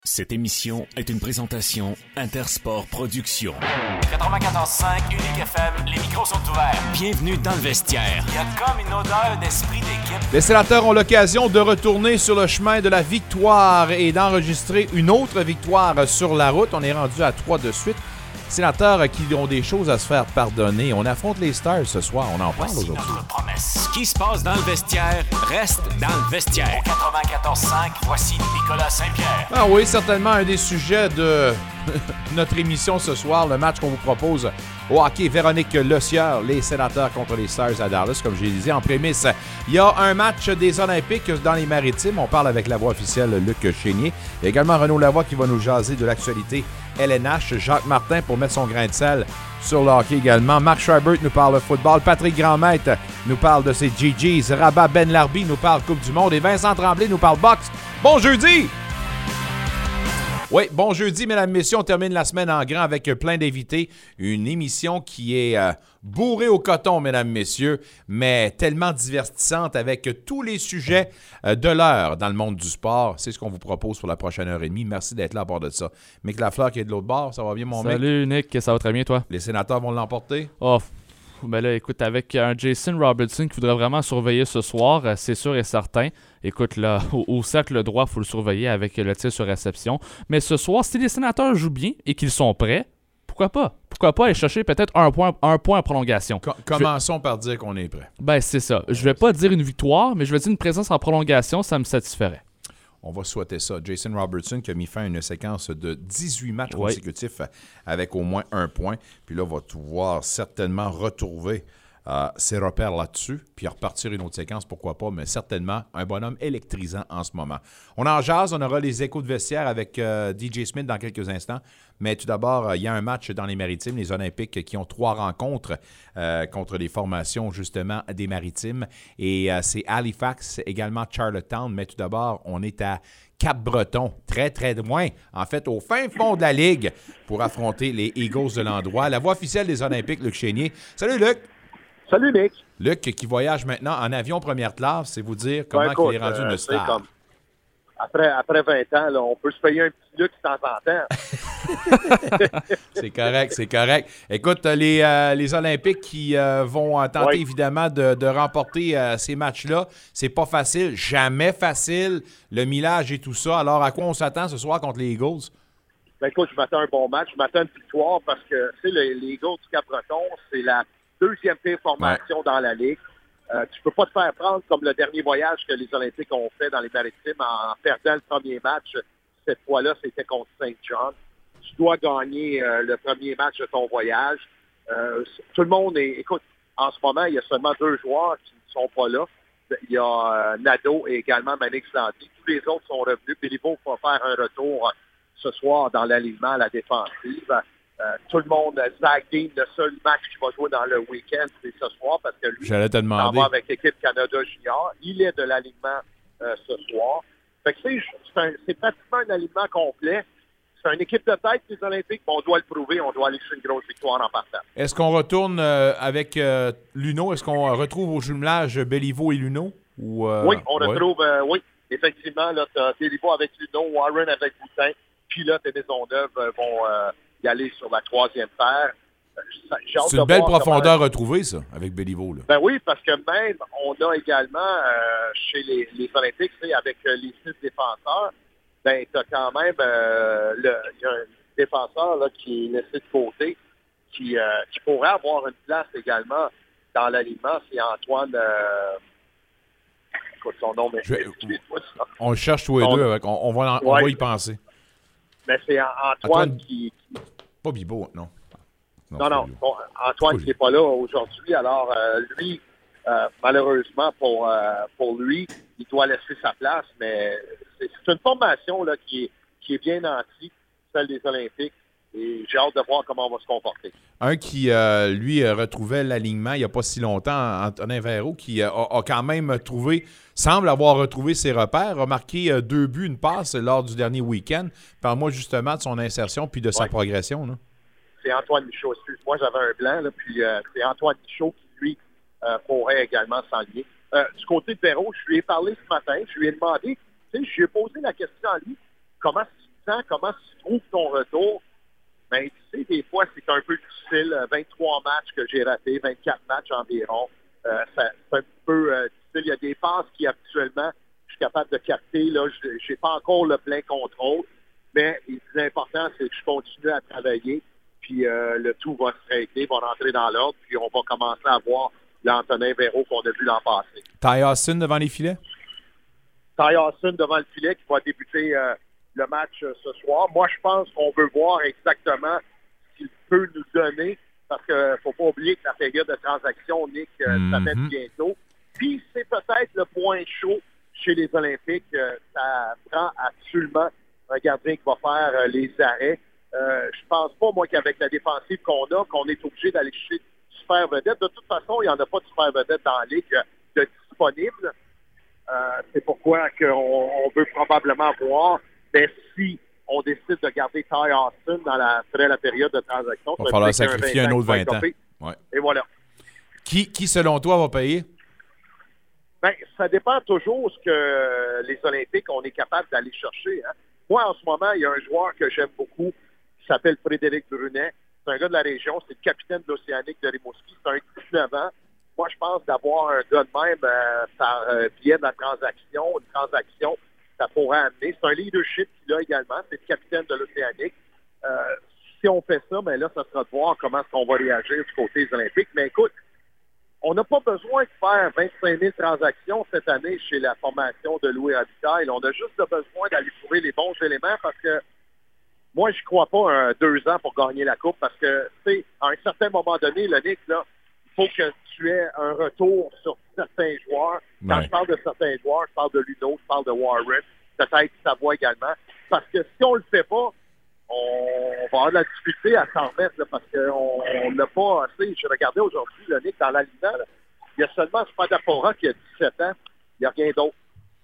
Cette émission est une présentation Intersport Productions. 94.5 Unique FM, les micros sont ouverts. Bienvenue dans le vestiaire. Il y a comme une odeur d'esprit d'équipe. Les sénateurs ont l'occasion de retourner sur le chemin de la victoire et d'enregistrer une autre victoire sur la route. On est rendu à 3 de suite. Sénateurs qui ont des choses à se faire pardonner. On affronte les Stars ce soir. On en parle aujourd'hui. Notre promesse. Ce qui se passe dans le vestiaire reste dans le vestiaire. 94.5, voici Nicolas Saint-Pierre. Ah oui, certainement un des sujets de notre émission ce soir, le match qu'on vous propose au hockey. Véronique Lecieur, les Sénateurs contre les Stars à Dallas, comme je l'ai dit en prémisse. Il y a un match des Olympiques dans les Maritimes. On parle avec la voix officielle Luc Chénier. Il y a également Renaud Lavoie qui va nous jaser de l'actualité LNH. Jacques Martin pour mettre son grain de sel sur le hockey également. Marc Scheibert nous parle football. Patrick Grandmaître nous parle de ses GGs. Rabat Ben-Larbi nous parle Coupe du Monde. Et Vincent Tremblay nous parle boxe. Bon jeudi! Oui, bon jeudi, mesdames et messieurs. On termine la semaine en grand avec plein d'invités. Une émission qui est bourrée au coton, mesdames et messieurs, mais tellement divertissante avec tous les sujets de l'heure dans le monde du sport. C'est ce qu'on vous propose pour la prochaine heure et demie. Merci d'être là à bord de ça. Mick Lafleur qui est de l'autre bord, ça va bien, mon mec? Salut, Nick, ça va très bien, toi? Les Sénateurs vont l'emporter? Oh, ben là, écoute, avec un Jason Robertson qui voudrait vraiment surveiller ce soir, c'est sûr et certain. Écoute, là, au cercle droit, il faut le surveiller avec le tir sur réception. Mais ce soir, si les Sénateurs jouent bien et qu'ils sont prêts, pourquoi pas? Pourquoi pas aller chercher peut-être un point en prolongation? Commençons par dire qu'on est prêt. Ben, c'est ça. Je vais pas dire une victoire, mais je vais dire une présence en prolongation, ça me satisferait. On va souhaiter ça. Jason Robertson qui a mis fin à une séquence de 18 matchs consécutifs avec au moins un point. Puis là, on va pouvoir certainement retrouver ses repères là-dessus, puis repartir une autre séquence, pourquoi pas, mais certainement un bonhomme électrisant en ce moment. On en jase, on aura les échos de vestiaire avec DJ Smith dans quelques instants, mais tout d'abord, il y a un match dans les Maritimes, les Olympiques qui ont 3 rencontres contre les formations justement des Maritimes, et c'est Halifax, également Charlottetown, mais tout d'abord, on est à Cap-Breton, très, très loin, en fait, au fin fond de la Ligue, pour affronter les Eagles de l'endroit. La voix officielle des Olympiques, Luc Chénier. Salut, Luc! Salut, Nick. Luc, qui voyage maintenant en avion première classe, c'est vous dire comment il est rendu une star. Après 20 ans, là, on peut se payer un petit Luc de temps en temps. C'est correct. Écoute, les Olympiques qui vont tenter évidemment de remporter ces matchs-là, c'est pas facile, jamais facile, le millage et tout ça. Alors, à quoi on s'attend ce soir contre les Eagles? Ben écoute, je m'attends à un bon match, je m'attends à une victoire parce que, tu sais, les Eagles du Cap-Breton, c'est la deuxième pire formation dans la Ligue. Tu peux pas te faire prendre comme le dernier voyage que les Olympiques ont fait dans les Maritimes en perdant le premier match. Cette fois-là, c'était contre Saint John. Tu dois gagner le premier match de ton voyage. Tout le monde est... Écoute, en ce moment, il y a seulement 2 joueurs qui ne sont pas là. Il y a Nadeau et également Manix Lanty. Tous les autres sont revenus. Béliveau va faire un retour ce soir dans l'alignement à la défensive. Tout le monde, Zach Dean, le seul match qu'il va jouer dans le week-end, c'est ce soir parce que lui, j'allais te demander. il s'en va avec l'équipe Canada Junior. Il est de l'alignement ce soir. Fait que c'est pratiquement un alignement complet. C'est une équipe de tête des Olympiques, mais on doit le prouver. On doit aller sur une grosse victoire en partant. Est-ce qu'on retourne avec Luneau? Est-ce qu'on retrouve au jumelage Béliveau et Luneau? Oui, on retrouve, oui. Effectivement, là, tu as Béliveau avec Luneau, Warren avec Boutin, Pilote et Maisonneuve vont... y aller sur la 3e paire. C'est une belle profondeur retrouvée, ça, avec Béliveau. Là. Ben oui, parce que même, on a également, chez les Olympiques, avec les 6 défenseurs, ben tu as quand même, il y a un défenseur là, qui est laissé de côté, qui pourrait avoir une place également dans l'alignement. C'est Antoine... écoute, son nom, mais... On le cherche tous les deux, on va y penser. Mais c'est Antoine qui... Pas Bibo, non. Non. Bon, Antoine qui n'est pas là aujourd'hui. Alors, lui, malheureusement pour lui, il doit laisser sa place. Mais c'est une formation là, qui est bien nantie, celle des Olympiques. Et j'ai hâte de voir comment on va se comporter. Un qui, lui, retrouvait l'alignement il n'y a pas si longtemps, Antonin Véraud, qui a quand même semble avoir retrouvé ses repères, a marqué 2 buts, une passe lors du dernier week-end. Parle-moi justement de son insertion puis de sa progression. Là. C'est Antoine Michaud. Excuse-moi, j'avais un blanc. Là, puis c'est Antoine Michaud qui, lui, pourrait également s'enligner. Du côté de Véraud, je lui ai parlé ce matin. Je lui ai demandé, tu sais, je lui ai posé la question à lui, comment sens, comment tu trouves ton retour. Ben, tu sais, des fois, c'est un peu difficile. 23 matchs que j'ai ratés, 24 matchs environ. C'est un peu difficile. Il y a des passes qui, habituellement, je suis capable de capter. Là, je n'ai pas encore le plein contrôle. Mais le plus important, c'est que je continue à travailler. Puis le tout va se régler, va rentrer dans l'ordre. Puis on va commencer à voir l'Antonin Véro qu'on a vu l'an passé. Ty Austin devant les filets? Ty Austin devant le filet qui va débuter le match ce soir. Moi, je pense qu'on veut voir exactement ce qu'il peut nous donner parce qu'il ne faut pas oublier que la période de transaction, Nick, ça fait bientôt. Puis, c'est peut-être le point chaud chez les Olympiques. Ça prend absolument un gardien qui va faire les arrêts. Je pense pas, moi, qu'avec la défensive qu'on a, qu'on est obligé d'aller chercher de super vedette. De toute façon, il n'y en a pas de super vedette dans la ligue de disponible. C'est pourquoi on veut probablement voir si on décide de garder Ty Austin après la période de transaction. Il va falloir sacrifier un autre 20 ans. Ouais. Et voilà. Qui, selon toi, va payer? Bien, ça dépend toujours ce que les Olympiques, on est capable d'aller chercher. Hein. Moi, en ce moment, il y a un joueur que j'aime beaucoup qui s'appelle Frédéric Brunet. C'est un gars de la région. C'est le capitaine de l'Océanique de Rimouski. C'est un 19 ans. Moi, je pense d'avoir un gars de même par biais de la transaction, une transaction, ça pourrait amener. C'est un leadership qu'il a également. C'est le capitaine de l'Océanique. Si on fait ça, bien là, ça sera de voir comment est-ce qu'on va réagir du côté des Olympiques. Mais écoute, on n'a pas besoin de faire 25 000 transactions cette année chez la formation de Louis Rabitaille. On a juste besoin d'aller trouver les bons éléments parce que moi, je ne crois pas 2 ans pour gagner la Coupe parce que, tu sais, à un certain moment donné, le Nick, là, il faut que tu aies un retour sur certains joueurs. Quand je parle de certains joueurs, je parle de Luno, je parle de Warren, peut-être Savoie également. Parce que si on le fait pas, on va avoir de la difficulté à s'en remettre là, parce qu'on n'a pas assez. Je regardais aujourd'hui le Nick dans l'alignement. Il y a seulement Spadafora qui a 17 ans. Il n'y a rien d'autre.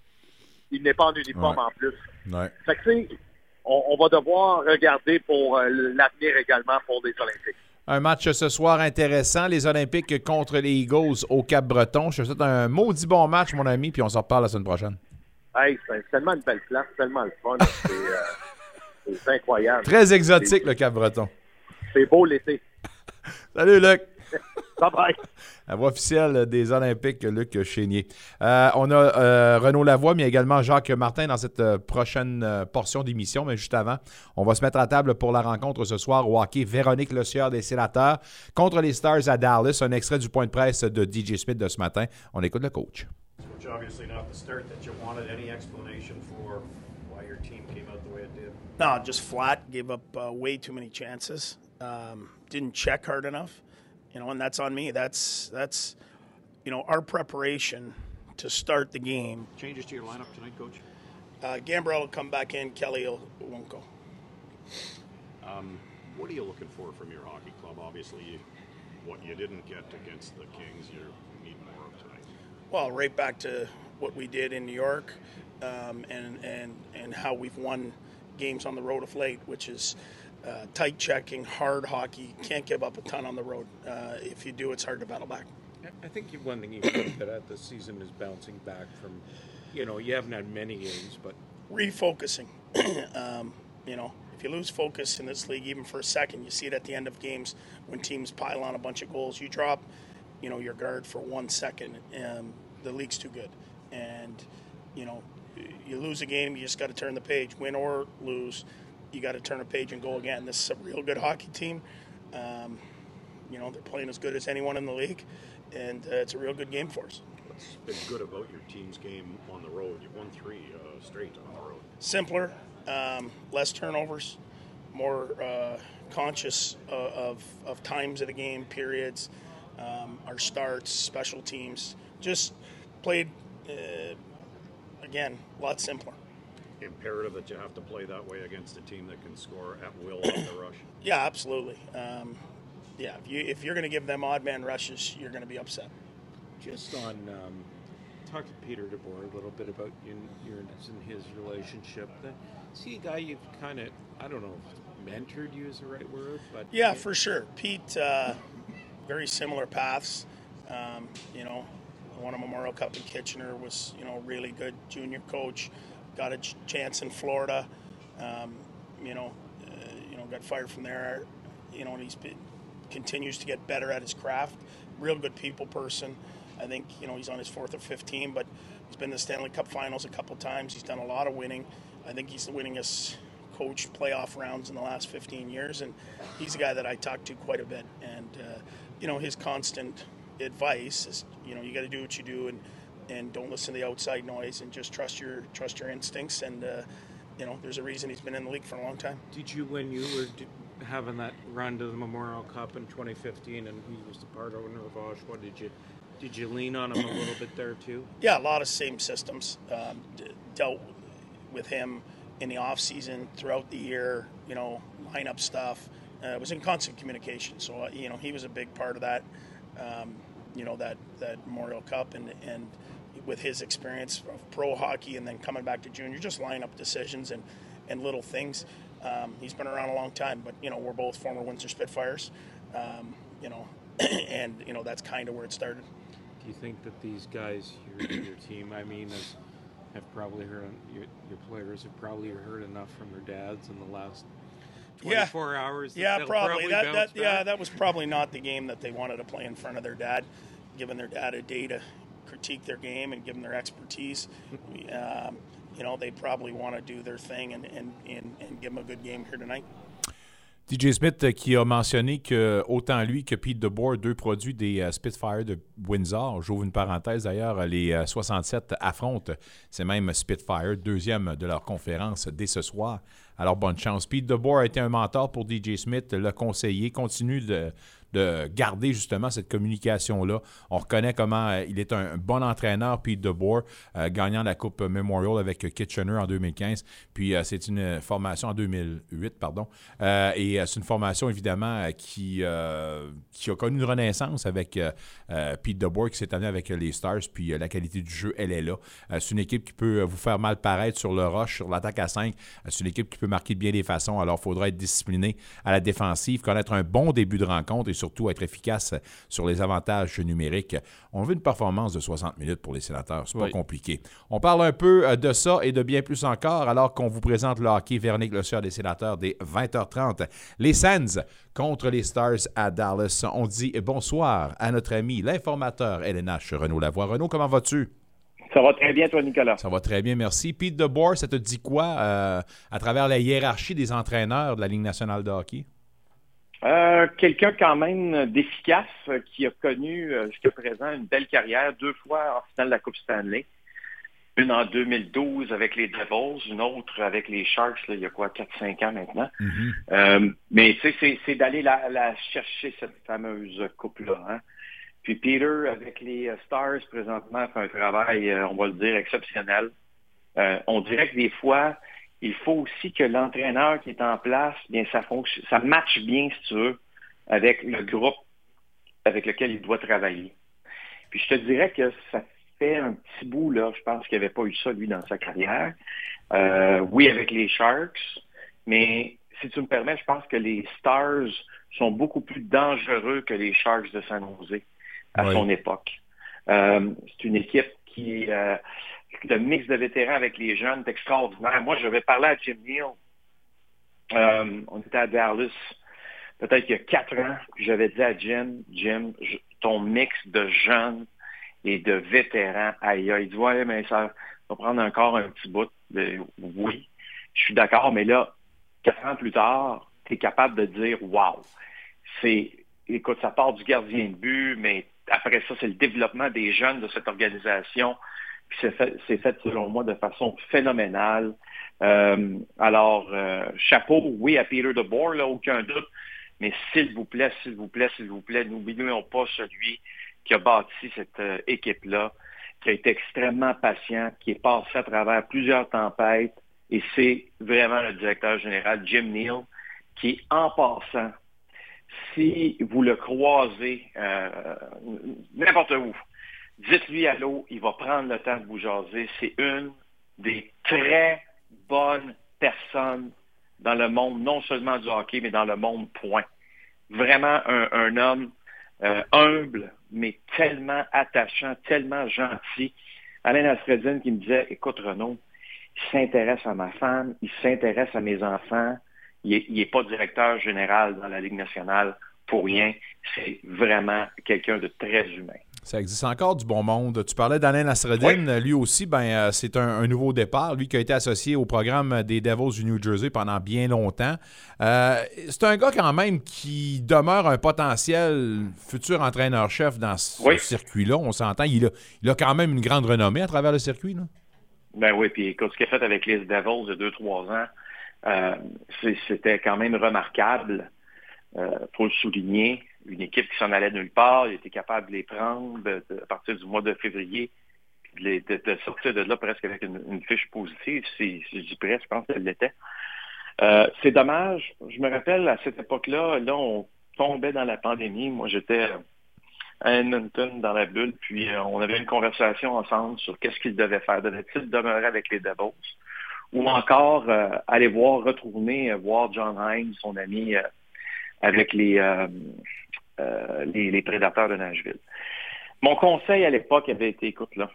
Il n'est pas en uniforme en plus. Ouais. Fait que, tu sais, on va devoir regarder pour l'avenir également pour les Olympiques. Un match ce soir intéressant. Les Olympiques contre les Eagles au Cap-Breton. Je te souhaite un maudit bon match, mon ami, puis on se reparle la semaine prochaine. Hey, c'est tellement une belle place, tellement le fun. C'est incroyable. Très exotique, le Cap-Breton. C'est beau l'été. Salut, Luc. Bye-bye. La voix officielle des Olympiques, Luc Chénier. On a Renaud Lavoie, mais également Jacques Martin dans cette prochaine portion d'émission. Mais juste avant, on va se mettre à table pour la rencontre ce soir au hockey. Véronique Lecieur des Sénateurs contre les Stars à Dallas. Un extrait du point de presse de DJ Smith de ce matin. On écoute le coach. Which obviously not the start that you wanted. Any explanation for why your team came out the way it did? No, just flat. Gave up way too many chances. Didn't check hard enough. You know, and that's on me. That's you know, our preparation to start the game. Changes to your lineup tonight, Coach? Gambrell will come back in. Kelly won't go. What are you looking for from your hockey club? Obviously, what you didn't get against the Kings, you need more of tonight. Well, right back to what we did in New York, and how we've won games on the road of late, which is tight checking, hard hockey. Can't give up a ton on the road. If you do, it's hard to battle back. I think one thing you can put at this season is bouncing back from, you know, you haven't had many games, but refocusing. You know, if you lose focus in this league, even for a second, you see it at the end of games when teams pile on a bunch of goals. You drop, you know, your guard for 1 second, the league's too good. And, you know, you lose a game, you just got to turn the page. Win or lose, you got to turn a page and go again. This is a real good hockey team. You know, they're playing as good as anyone in the league, and it's a real good game for us. What's been good about your team's game on the road? You've won 3 straight on the road. Simpler, less turnovers, more conscious of times of the game, periods, our starts, special teams. Just played, again, a lot simpler. Imperative that you have to play that way against a team that can score at will off the rush? Yeah, absolutely. Yeah, if you're going to give them odd man rushes, you're going to be upset. just on talk to Peter DeBoer a little bit about your and his relationship. Is he a guy you've kind of, I don't know if mentored you is the right word, but yeah, for sure. Pete, very similar paths. You know, won a Memorial Cup in Kitchener, was, you know, really good junior coach. Got a chance in Florida. got fired from there. And continues to get better at his craft. Real good people person. I think, he's on his 4th or 5th team, but he's been to the Stanley Cup Finals a couple times. He's done a lot of winning. I think he's the winningest coach playoff rounds in the last 15 years, and he's a guy that I talk to quite a bit. And, his constant advice is, you got to do what you do and don't listen to the outside noise and just trust your instincts. And, there's a reason he's been in the league for a long time. Did you, when you were having that run to the Memorial Cup in 2015 and he was the part owner of Oshawa, did you lean on him a little bit there too? Yeah, a lot of same systems. Dealt with him in the off season, throughout the year, lineup stuff. Was in constant communication. So, he was a big part of that, that Memorial Cup and with his experience of pro hockey and then coming back to junior, just lineup decisions and little things. He's been around a long time, but, we're both former Windsor Spitfires, and, that's kind of where it started. Do you think that these guys, your team, have probably heard, your players have probably heard enough from their dads in the last 24 hours? Yeah, probably. That was probably not the game that they wanted to play in front of their dad, giving their dad a day to critique their game and give them their expertise. They probably want to do their thing and give them a good game here tonight. DJ Smith qui a mentionné que autant lui que Pete DeBoer, 2 produits des Spitfire de Windsor, j'ouvre une parenthèse d'ailleurs, les 67 affrontent ces mêmes Spitfire, 2e de leur conférence dès ce soir. Alors bonne chance. Pete DeBoer a été un mentor pour DJ Smith, l'a conseillé, continue de garder justement cette communication-là. On reconnaît comment il est un bon entraîneur, Pete DeBoer, gagnant la Coupe Memorial avec Kitchener en 2015. Puis c'est une formation en 2008, pardon. Et c'est une formation évidemment qui a connu une renaissance avec Pete DeBoer qui s'est amené avec les Stars. Puis la qualité du jeu, elle est là. C'est une équipe qui peut vous faire mal paraître sur le rush, sur l'attaque à 5. C'est une équipe qui peut marquer de bien des façons. Alors il faudra être discipliné à la défensive, connaître un bon début de rencontre et surtout être efficace sur les avantages numériques. On veut une performance de 60 minutes pour les Sénateurs. C'est pas compliqué. On parle un peu de ça et de bien plus encore alors qu'on vous présente le hockey Véronique-Le-Sieur des Sénateurs dès 20h30. Les Sens contre les Stars à Dallas. On dit bonsoir à notre ami, l'informateur LNH Renaud Lavoie. Renaud, comment vas-tu? Ça va très bien, toi, Nicolas. Ça va très bien, merci. Pete DeBoer, ça te dit quoi à travers la hiérarchie des entraîneurs de la Ligue nationale de hockey? Quelqu'un quand même d'efficace qui a connu jusqu'à présent une belle carrière, 2 fois en finale de la Coupe Stanley. Une en 2012 avec les Devils, une autre avec les Sharks, là, il y a 4-5 ans maintenant. Mm-hmm. Mais tu sais, c'est d'aller la chercher, cette fameuse coupe-là. Hein? Puis Peter, avec les Stars, présentement, fait un travail, on va le dire, exceptionnel. On dirait que des fois, il faut aussi que l'entraîneur qui est en place, bien, ça matche bien, si tu veux, avec le groupe avec lequel il doit travailler. Puis je te dirais que ça fait un petit bout, là, je pense qu'il n'y avait pas eu ça, lui, dans sa carrière. Oui, avec les Sharks, mais si tu me permets, je pense que les Stars sont beaucoup plus dangereux que les Sharks de San Jose à son époque. C'est une équipe qui... le mix de vétérans avec les jeunes est extraordinaire. Moi, j'avais parlé à Jim Neal. On était à Dallas, peut-être qu'il y a 4 ans. Puis j'avais dit à Jim, ton mix de jeunes et de vétérans, aïe, il dit, ouais, mais ça va prendre encore un petit bout. Oui, je suis d'accord, mais là, 4 ans plus tard, tu es capable de dire, wow. Écoute, ça part du gardien de but, mais après ça, c'est le développement des jeunes de cette organisation. Puis c'est fait, selon moi, de façon phénoménale. Alors, chapeau, oui, à Peter DeBoer, là, aucun doute, mais s'il vous plaît, n'oublions pas celui qui a bâti cette équipe-là, qui a été extrêmement patient, qui est passé à travers plusieurs tempêtes, et c'est vraiment le directeur général, Jim Neal, qui, en passant, si vous le croisez n'importe où, dites-lui allô, il va prendre le temps de vous jaser. C'est une des très bonnes personnes dans le monde, non seulement du hockey, mais dans le monde, point. Vraiment un homme humble, mais tellement attachant, tellement gentil. Alain Astredine qui me disait, écoute Renaud, il s'intéresse à ma femme, il s'intéresse à mes enfants. il n'est pas directeur général dans la Ligue nationale pour rien. C'est vraiment quelqu'un de très humain. Ça existe encore du bon monde. Tu parlais d'Alain Nasreddine. Oui. Lui aussi, c'est un nouveau départ. Lui qui a été associé au programme des Devils du New Jersey pendant bien longtemps. C'est un gars quand même qui demeure un potentiel futur entraîneur-chef dans ce circuit-là. On s'entend. Il a quand même une grande renommée à travers le circuit, là. Ben oui, puis écoute, ce qu'il a fait avec les Devils il y a 2-3 ans, c'était quand même remarquable. Faut le souligner. Une équipe qui s'en allait nulle part, il était capable de les prendre à partir du mois de février, de sortir de là presque avec une fiche positive. Si je dis presque, je pense qu'elle l'était. C'est dommage. Je me rappelle, à cette époque-là, on tombait dans la pandémie. Moi, j'étais à Edmonton dans la bulle, puis on avait une conversation ensemble sur qu'est-ce qu'il devait faire. Devait-il demeurer avec les Devils? Ou encore aller retourner voir John Hynes, son ami, avec les Prédateurs de Nashville. Mon conseil à l'époque avait été, écoute là,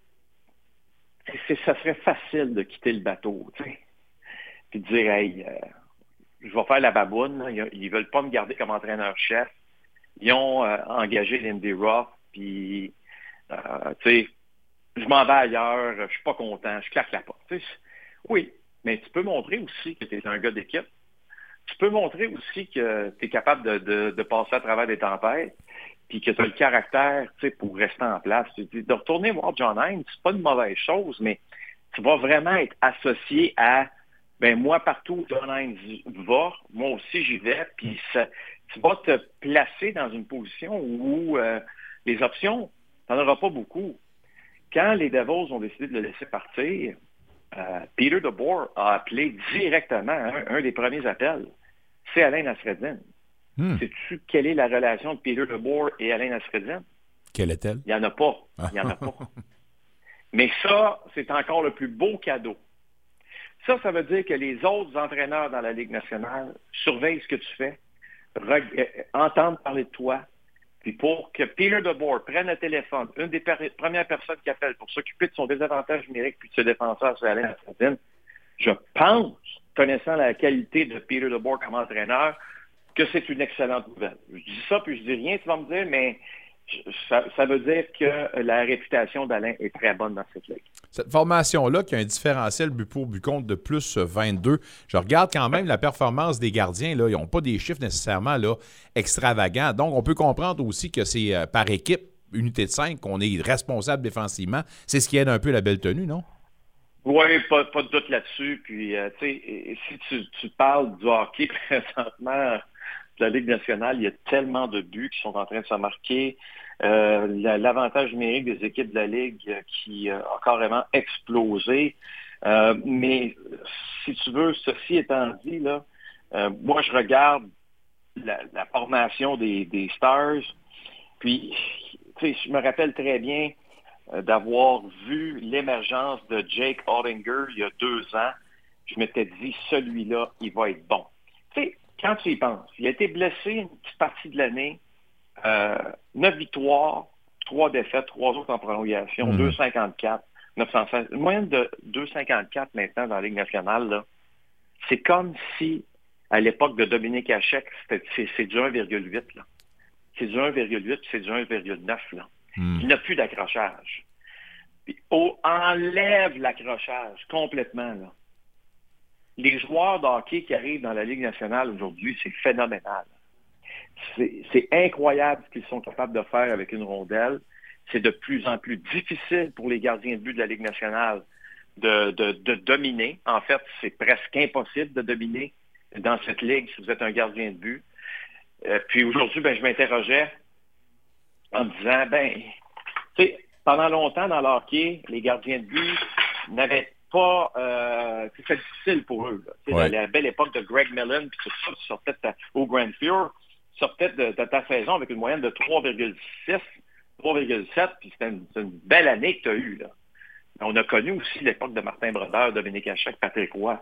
ça serait facile de quitter le bateau, tu sais, puis de dire, hey, je vais faire la baboune, là. Ils veulent pas me garder comme entraîneur-chef. Ils ont engagé Lindy Ruff, puis, tu sais, je m'en vais ailleurs, je suis pas content, je claque la porte. Tu sais, oui, mais tu peux montrer aussi que tu es un gars d'équipe. Tu peux montrer aussi que tu es capable de passer à travers des tempêtes, puis que tu as le caractère, tu sais, pour rester en place. De retourner voir John Hynes, c'est pas une mauvaise chose, mais tu vas vraiment être associé à, moi, partout où John Hynes va, moi aussi j'y vais, puis tu vas te placer dans une position où les options, tu n'en auras pas beaucoup. Quand les Devils ont décidé de le laisser partir, Peter DeBoer a appelé directement, un des premiers appels, c'est Alain Nasreddine. Sais-tu quelle est la relation de Peter DeBoer et Alain Nasreddine? Quelle est-elle? Il n'y en a pas. Il n'y en a pas. Mais ça, c'est encore le plus beau cadeau. Ça veut dire que les autres entraîneurs dans la Ligue nationale surveillent ce que tu fais, entendent parler de toi, puis pour que Peter DeBoer prenne le téléphone, une des premières personnes qui appelle pour s'occuper de son désavantage numérique puis de ses défenseurs, c'est Alain Nasreddine. Je pense, connaissant la qualité de Peter DeBoer comme entraîneur, que c'est une excellente nouvelle. Je dis ça, puis je dis rien, tu vas me dire, mais ça veut dire que la réputation d'Alain est très bonne dans cette ligue. Cette formation-là, qui a un différentiel but pour but contre de plus 22, je regarde quand même la performance des gardiens. Là, ils n'ont pas des chiffres nécessairement là, extravagants. Donc, on peut comprendre aussi que c'est par équipe, unité de 5, qu'on est responsable défensivement. C'est ce qui aide un peu la belle tenue, non? Oui, pas de doute là-dessus. Puis, tu sais, si tu parles du hockey présentement, de la Ligue nationale, il y a tellement de buts qui sont en train de se marquer. L'avantage numérique des équipes de la Ligue qui a carrément explosé. Mais si tu veux, ceci étant dit, là, moi, je regarde la formation des Stars. Puis, tu sais, je me rappelle très bien d'avoir vu l'émergence de Jake Oettinger il y a 2 ans. Je m'étais dit, celui-là, il va être bon. Tu sais, quand tu y penses, il a été blessé une petite partie de l'année, 9 victoires, 3 défaites, 3 autres en prolongation, 2,54, 916. Une moyenne de 2,54 maintenant dans la Ligue nationale, là. C'est comme si, à l'époque de Dominique Hachek, c'est du 1,8, là. C'est du 1,8, c'est du 1,9, là. Il n'a plus d'accrochage. Puis, enlève l'accrochage complètement, là. Les joueurs de hockey qui arrivent dans la Ligue nationale aujourd'hui, c'est phénoménal. C'est incroyable ce qu'ils sont capables de faire avec une rondelle. C'est de plus en plus difficile pour les gardiens de but de la Ligue nationale de dominer. En fait, c'est presque impossible de dominer dans cette ligue si vous êtes un gardien de but. Puis aujourd'hui, je m'interrogeais en me disant, tu sais, pendant longtemps dans le hockey, les gardiens de but n'avaient pas... c'était difficile pour eux. Ouais. La belle époque de Greg Millen, puis tout ça, tu sortais au Grand Fuhr, tu sortais de ta saison avec une moyenne de 3,6, 3,7, puis c'est une belle année que tu as eue, là. On a connu aussi l'époque de Martin Brodeur, Dominique Hachek, Patrick Roy,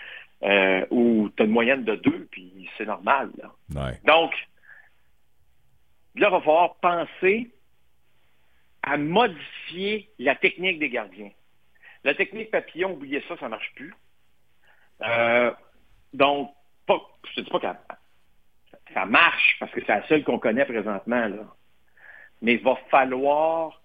où tu as une moyenne de 2, puis c'est normal, là. Ouais. Donc, là, il va falloir penser à modifier la technique des gardiens. La technique papillon, oubliez ça, ça ne marche plus. Donc, Je te dis pas que ça marche, parce que c'est la seule qu'on connaît présentement, là. Mais il va falloir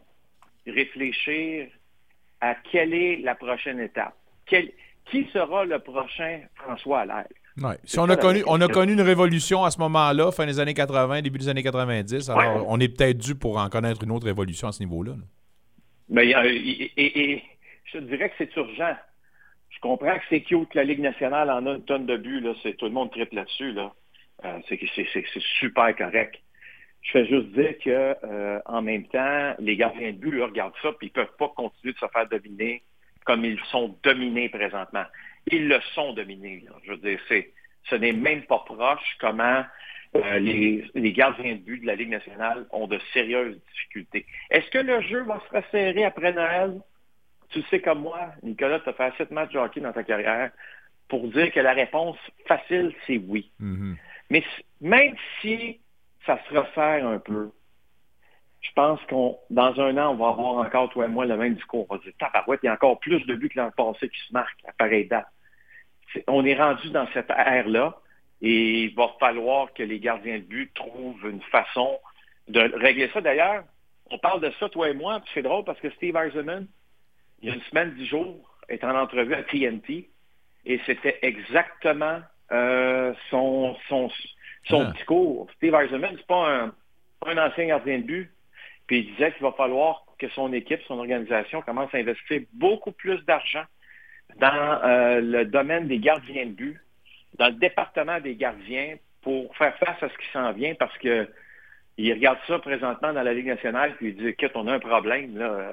réfléchir à quelle est la prochaine étape. Qui sera le prochain François Allaire? Ouais. Si on a connu une révolution à ce moment-là, fin des années 80, début des années 90, alors on est peut-être dû pour en connaître une autre révolution à ce niveau-là. Là. Mais et je te dirais que c'est urgent. Je comprends que c'est cute que la Ligue nationale en a une tonne de buts, là, tout le monde triple là-dessus. Là. C'est super correct. Je fais juste dire que en même temps, les gardiens de but là, regardent ça et ils ne peuvent pas continuer de se faire dominer comme ils sont dominés présentement. Ils le sont dominés. Là. Je veux dire, ce n'est même pas proche comment les gardiens de but de la Ligue nationale ont de sérieuses difficultés. Est-ce que le jeu va se resserrer après Noël? Tu le sais comme moi, Nicolas, tu as fait assez de matchs de hockey dans ta carrière pour dire que la réponse facile, c'est oui. Mm-hmm. Mais même si ça se resserre un peu, je pense dans un an, on va avoir encore, toi et moi, le même discours. On va dire, tabarouette, il y a encore plus de buts que l'an passé qui se marquent à pareille date. On est rendu dans cette ère-là et il va falloir que les gardiens de but trouvent une façon de régler ça. D'ailleurs, on parle de ça, toi et moi, puis c'est drôle parce que Steve Yzerman, il y a une semaine, 10 jours, est en entrevue à TNT et c'était exactement son discours. Steve Yzerman, c'est pas un ancien gardien de but, puis il disait qu'il va falloir que son équipe, son organisation commence à investir beaucoup plus d'argent dans le domaine des gardiens de but, dans le département des gardiens, pour faire face à ce qui s'en vient, parce que il regarde ça présentement dans la Ligue nationale, puis il dit, écoute, on a un problème, là.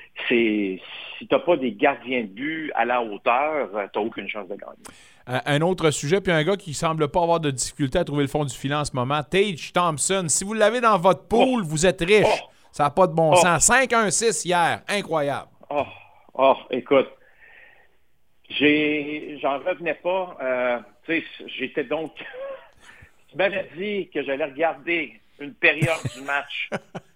Si t'as pas des gardiens de but à la hauteur, t'as aucune chance de gagner. Un autre sujet, puis un gars qui semble pas avoir de difficulté à trouver le fond du filet en ce moment, Tage Thompson. Si vous l'avez dans votre pool, vous êtes riche. Ça n'a pas de bon sens. 5-1-6 hier. Incroyable. Écoute. J'en revenais pas. Tu sais, j'étais donc... Tu m'avais dit que j'allais regarder une période du match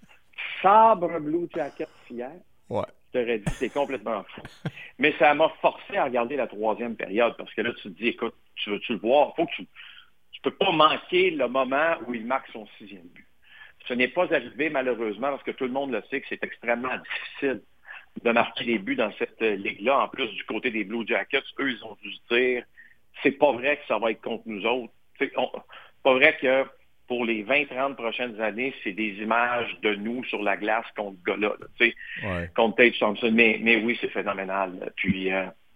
Sabre Blue Jackets hier. Ouais. Je t'aurais dit, c'est complètement fou. Mais ça m'a forcé à regarder la troisième période parce que là, tu te dis, écoute, tu veux-tu le voir? Faut que tu peux pas manquer le moment où il marque son 6e but. Ce n'est pas arrivé, malheureusement, parce que tout le monde le sait que c'est extrêmement difficile de marquer des buts dans cette ligue-là. En plus, du côté des Blue Jackets, eux, ils ont dû se dire, c'est pas vrai que ça va être contre nous autres. C'est pas vrai que pour les 20-30 prochaines années, c'est des images de nous sur la glace contre ce gars-là, contre Tage Thompson. Mais oui, c'est phénoménal. Puis,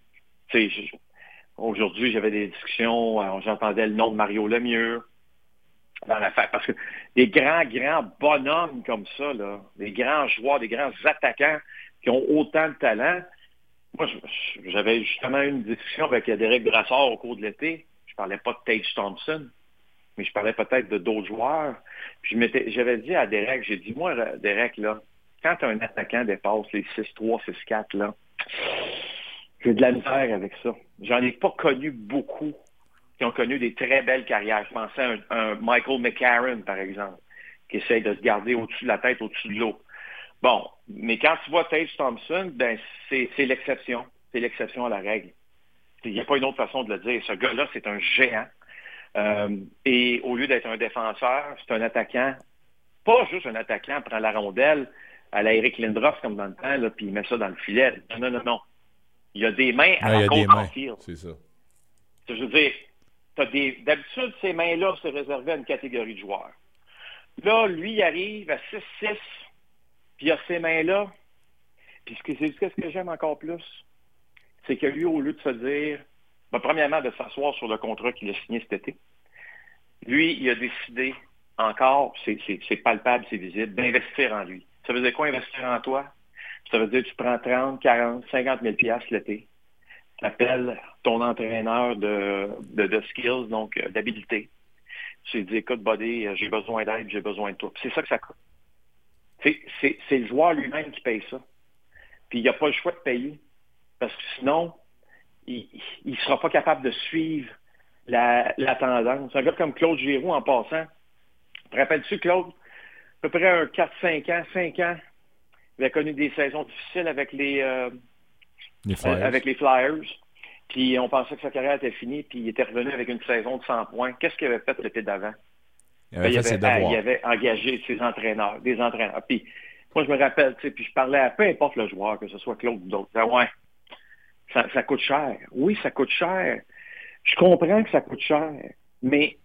aujourd'hui, j'avais des discussions, j'entendais le nom de Mario Lemieux dans l'affaire. Parce que des grands bonhommes comme ça, là, des grands joueurs, des grands attaquants qui ont autant de talent. Moi, j'avais justement eu une discussion avec Derek Brassard au cours de l'été. Je parlais pas de Tage Thompson, mais je parlais peut-être de d'autres joueurs. Puis j'avais dit à Derek, j'ai dit, moi, Derek, là, quand un attaquant dépasse les 6-3, 6-4, là, j'ai de la misère avec ça. J'en ai pas connu beaucoup qui ont connu des très belles carrières. Je pensais à un Michael McCarron, par exemple, qui essaye de se garder au-dessus de la tête, au-dessus de l'eau. Bon, mais quand tu vois Tage Thompson, ben c'est l'exception. C'est l'exception à la règle. Il n'y a pas une autre façon de le dire. Ce gars-là, c'est un géant. Et au lieu d'être un défenseur, c'est un attaquant. Pas juste un attaquant, prend la rondelle à la Eric Lindros comme dans le temps, là, puis il met ça dans le filet. Non. Il y a des mains à la côte en field. C'est ça. Je veux dire, d'habitude, ces mains-là, c'est réservé à une catégorie de joueurs. Là, lui, il arrive à 6-6, puis il a ces mains-là. Puis ce que j'aime encore plus, c'est que lui, au lieu de se dire, premièrement, de s'asseoir sur le contrat qu'il a signé cet été, lui, il a décidé encore, c'est palpable, c'est visible, d'investir en lui. Ça veut dire quoi, investir en toi? Ça veut dire que tu prends 30, 40, 50 000 piastres l'été. Tu appelles ton entraîneur de skills, donc d'habilité. Tu lui dis, écoute, buddy, j'ai besoin d'aide, j'ai besoin de toi. Puis c'est ça que ça coûte. C'est le joueur lui-même qui paye ça. Puis il n'a pas le choix de payer. Parce que sinon, il ne sera pas capable de suivre la tendance. Un gars comme Claude Giroux, en passant, te rappelles-tu, Claude? À peu près un 5 ans, il a connu des saisons difficiles avec les Flyers. puis on pensait que sa carrière était finie, puis il était revenu avec une saison de 100 points. Qu'est-ce qu'il avait fait l'été d'avant? Il avait engagé des entraîneurs. Puis moi, je me rappelle, puis je parlais à peu importe le joueur, que ce soit Claude ou d'autres. Ouais, ça coûte cher. Oui, ça coûte cher. Je comprends que ça coûte cher, mais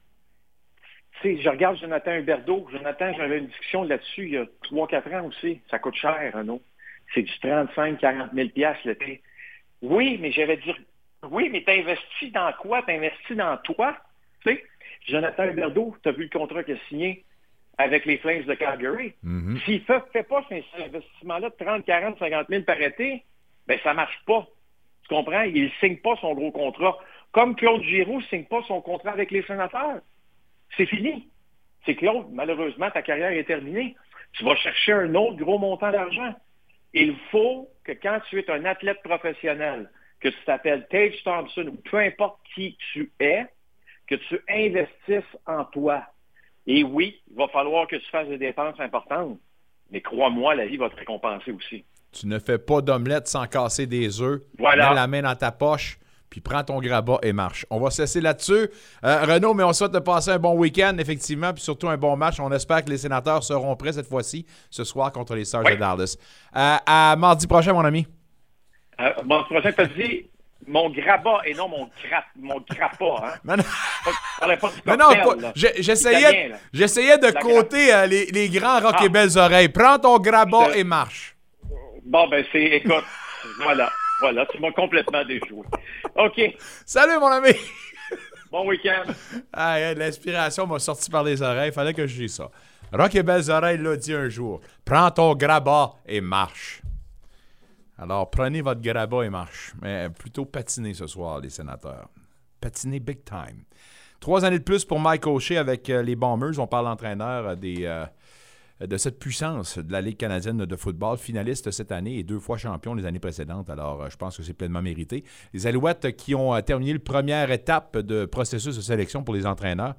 je regarde Jonathan Huberdeau. Jonathan, j'avais une discussion là-dessus il y a 3-4 ans aussi. Ça coûte cher, Renaud. C'est du 35-40 000 $ l'été. Oui, mais j'avais dit, oui, mais t'as investi dans quoi? T'as investi dans toi? Tu sais, Jonathan Huberdeau, t'as vu le contrat qu'il a signé avec les Flames de Calgary. Mm-hmm. S'il ne fait pas cet investissement-là de 30, 40, 50 000 par été, ben ça ne marche pas. Tu comprends? Il ne signe pas son gros contrat. Comme Claude Giroux ne signe pas son contrat avec les Sénateurs. C'est fini. C'est Claude, malheureusement, ta carrière est terminée. Tu vas chercher un autre gros montant d'argent. Il faut que quand tu es un athlète professionnel, que tu t'appelles Tage Thompson ou peu importe qui tu es, que tu investisses en toi. Et oui, il va falloir que tu fasses des dépenses importantes. Mais crois-moi, la vie va te récompenser aussi. Tu ne fais pas d'omelette sans casser des œufs. Voilà. Mets la main dans ta poche, puis prends ton grabat et marche. On va se laisser là-dessus. Renaud, mais on souhaite te passer un bon week-end, effectivement, puis surtout un bon match. On espère que les Sénateurs seront prêts cette fois-ci, ce soir, contre les Stars de Dallas. À mardi prochain, mon ami. Mardi prochain, tu as dit mon grabat et non mon grappa. Hein? Non, non. Cocktail, j'essayais de côté les grands rock et belles oreilles. Prends ton grabat et marche. Bon, ben écoute, voilà, tu m'as complètement déjoué. OK. Salut, mon ami. Bon week-end. L'inspiration m'a sorti par les oreilles. Fallait que je dise ça. Rock et belles oreilles l'a dit un jour. Prends ton grabat et marche. Alors, prenez votre grabat et marche. Mais plutôt patiner ce soir, les Sénateurs. Patiner big time. 3 années de plus pour Mike O'Shea avec les Bombers. On parle d'entraîneur de cette puissance de la Ligue canadienne de football, finaliste cette année et 2 fois champion les années précédentes. Alors, je pense que c'est pleinement mérité. Les Alouettes qui ont terminé la première étape de processus de sélection pour les entraîneurs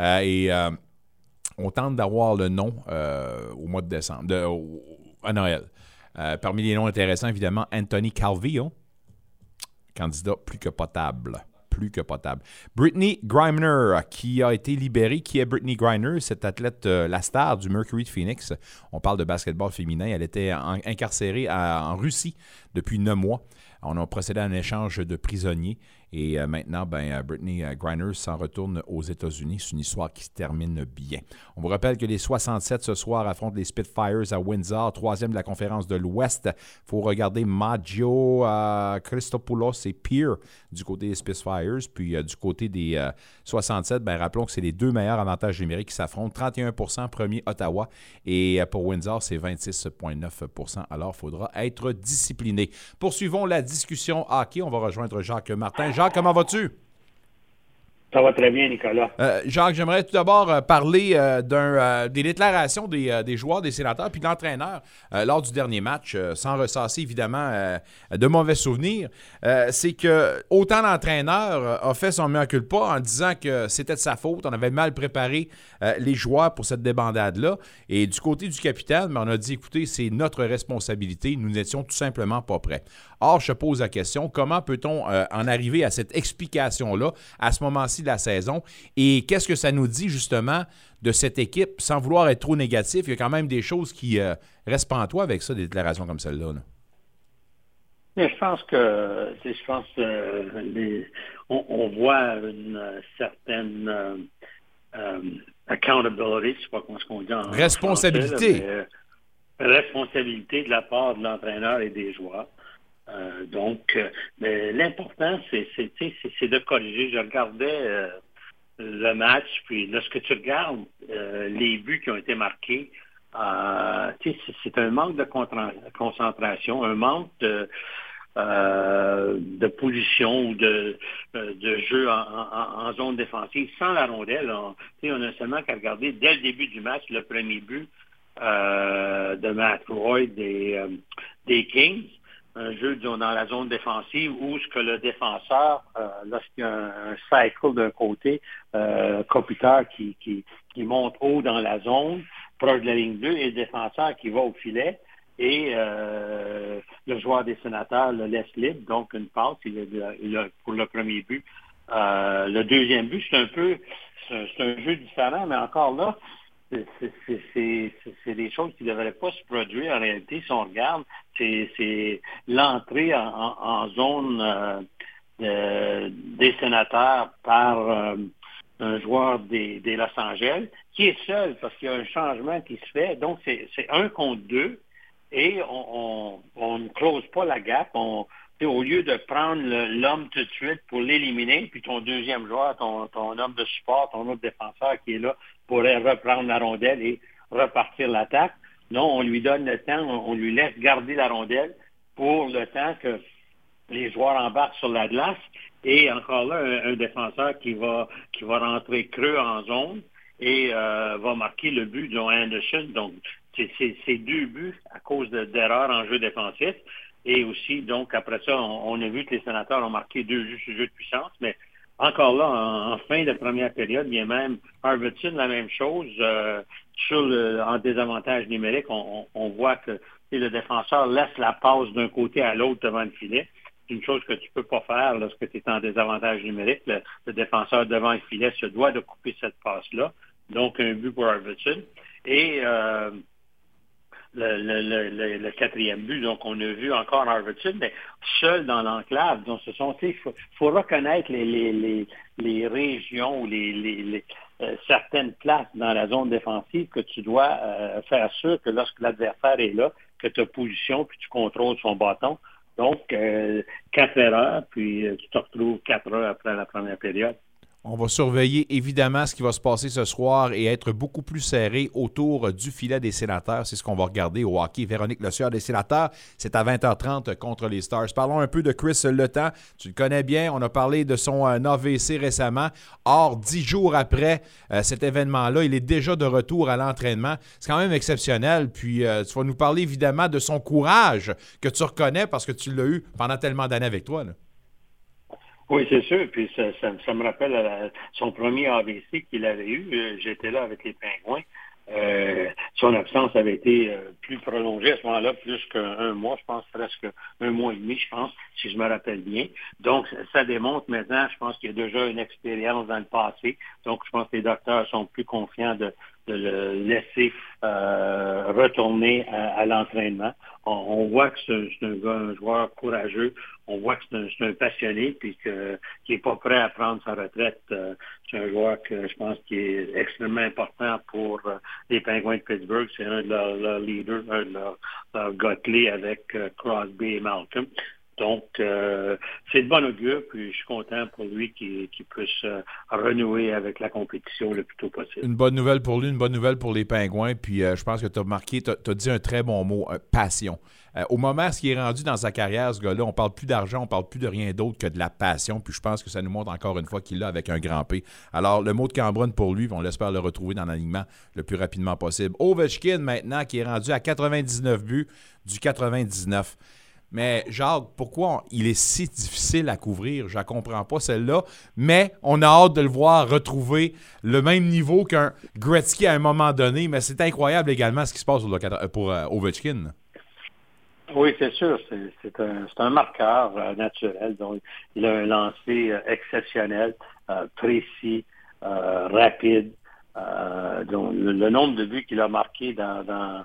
on tente d'avoir le nom au mois de décembre, à Noël. Parmi les noms intéressants, évidemment, Anthony Calvillo, candidat plus que potable. Brittney Griner, qui a été libérée. Qui est Brittney Griner? Cette athlète, la star du Mercury de Phoenix. On parle de basketball féminin. Elle était incarcérée en Russie depuis 9 mois. On a procédé à un échange de prisonniers. Et maintenant, Brittney Griner s'en retourne aux États-Unis. C'est une histoire qui se termine bien. On vous rappelle que les 67 ce soir affrontent les Spitfires à Windsor, 3e de la conférence de l'Ouest. Il faut regarder Maggio, Christopoulos et Pierre du côté des Spitfires. Puis du côté des 67, rappelons que c'est les 2 meilleurs avantages numériques qui s'affrontent. 31% premier Ottawa. Et pour Windsor, c'est 26,9%. Alors, il faudra être discipliné. Poursuivons la discussion hockey. On va rejoindre Jacques Martin. Jacques, comment vas-tu? Ça va très bien, Nicolas. Jacques, j'aimerais tout d'abord parler des déclarations des joueurs, des Sénateurs, puis de l'entraîneur lors du dernier match, sans ressasser évidemment de mauvais souvenirs. C'est que autant l'entraîneur a fait son mea culpa en disant que c'était de sa faute, on avait mal préparé les joueurs pour cette débandade-là. Et du côté du capitaine, on a dit, écoutez, c'est notre responsabilité, nous n'étions tout simplement pas prêts. Or, je pose la question, comment peut-on en arriver à cette explication-là à ce moment-ci de la saison? Et qu'est-ce que ça nous dit justement de cette équipe, sans vouloir être trop négatif? Il y a quand même des choses qui restent pas en toi avec ça, des déclarations comme celle-là. Là. Mais je pense que on voit une certaine accountability, je ne sais pas comment on dit en responsabilité. Français, responsabilité de la part de l'entraîneur et des joueurs. Mais l'important, c'est de corriger. Je regardais le match, puis lorsque tu regardes les buts qui ont été marqués, c'est un manque de concentration, un manque de position ou de jeu en zone défensive sans la rondelle. On a seulement qu'à regarder dès le début du match le premier but de Matt Roy des Kings. Un jeu dans la zone défensive où ce que le défenseur, lorsqu'il y a un cycle d'un côté, Kopitar qui monte haut dans la zone, proche de la ligne bleue, et le défenseur qui va au filet, et le joueur des Sénateurs le laisse libre, donc une passe pour le premier but. Le deuxième but, c'est un jeu différent, mais encore là, c'est des choses qui ne devraient pas se produire en réalité. Si on regarde, c'est l'entrée en zone des Sénateurs par un joueur des Los Angeles qui est seul parce qu'il y a un changement qui se fait. Donc, c'est 1 contre 2 et on ne close pas la gap. Au lieu de prendre l'homme tout de suite pour l'éliminer, puis ton deuxième joueur, ton homme de support, ton autre défenseur qui est là, pourrait reprendre la rondelle et repartir l'attaque. Non, on lui donne le temps, on lui laisse garder la rondelle pour le temps que les joueurs embarquent sur la glace. Et encore là, un défenseur qui va rentrer creux en zone et va marquer le but de Anderson. Donc, c'est 2 buts à cause d'erreurs en jeu défensif. Et aussi, donc, après ça, on a vu que les Sénateurs ont marqué 2 jeux de puissance, mais encore là, en fin de première période, il y a même Arvidsson, la même chose. En désavantage numérique, on voit que le défenseur laisse la passe d'un côté à l'autre devant le filet. C'est une chose que tu peux pas faire lorsque tu es en désavantage numérique. Le défenseur devant le filet se doit de couper cette passe-là. Donc, un but pour Arvidsson. Et le quatrième but, donc on a vu encore Arvidsson, mais seul dans l'enclave. Donc, il faut reconnaître les régions ou certaines places dans la zone défensive que tu dois faire sûr que lorsque l'adversaire est là, que tu as position puis tu contrôles son bâton. Donc, 4 erreurs, puis tu te retrouves 4 heures après la première période. On va surveiller évidemment ce qui va se passer ce soir et être beaucoup plus serré autour du filet des Sénateurs. C'est ce qu'on va regarder au hockey. Véronique Lecieur des Sénateurs, c'est à 20h30 contre les Stars. Parlons un peu de Chris Letang. Tu le connais bien. On a parlé de son AVC récemment. Or, 10 jours après cet événement-là, il est déjà de retour à l'entraînement. C'est quand même exceptionnel. Puis, tu vas nous parler évidemment de son courage que tu reconnais parce que tu l'as eu pendant tellement d'années avec toi, là. Oui, c'est sûr. Puis ça me rappelle son premier AVC qu'il avait eu. J'étais là avec les Pingouins. Son absence avait été plus prolongée à ce moment-là, plus qu'un mois, je pense, presque 1 mois et demi, je pense, si je me rappelle bien. Donc, ça démontre maintenant, je pense qu'il y a déjà une expérience dans le passé. Donc, je pense que les docteurs sont plus confiants de le laisser retourner à l'entraînement. On voit que c'est un joueur courageux. On voit que c'est un passionné puis qui n'est pas prêt à prendre sa retraite. C'est un joueur que je pense qui est extrêmement important pour les Pingouins de Pittsburgh. C'est un de leurs leaders, un de leurs gars clés avec Crosby et Malcolm. Donc, c'est de bon augure, puis je suis content pour lui qu'il puisse renouer avec la compétition le plus tôt possible. Une bonne nouvelle pour lui, une bonne nouvelle pour les Pingouins, puis je pense que tu as dit un très bon mot, passion. Au moment où il est rendu dans sa carrière, ce gars-là, on ne parle plus d'argent, on ne parle plus de rien d'autre que de la passion, puis je pense que ça nous montre encore une fois qu'il l'a avec un grand P. Alors, le mot de Cambronne pour lui, on l'espère le retrouver dans l'alignement le plus rapidement possible. Ovechkin, maintenant, qui est rendu à 99 buts du 99. Mais Jacques, pourquoi il est si difficile à couvrir? Je ne comprends pas celle-là, mais on a hâte de le voir retrouver le même niveau qu'un Gretzky à un moment donné, mais c'est incroyable également ce qui se passe pour Ovechkin. Oui, c'est sûr, c'est un marqueur naturel. Donc, il a un lancer exceptionnel, précis, rapide. Donc, le nombre de buts qu'il a marqué dans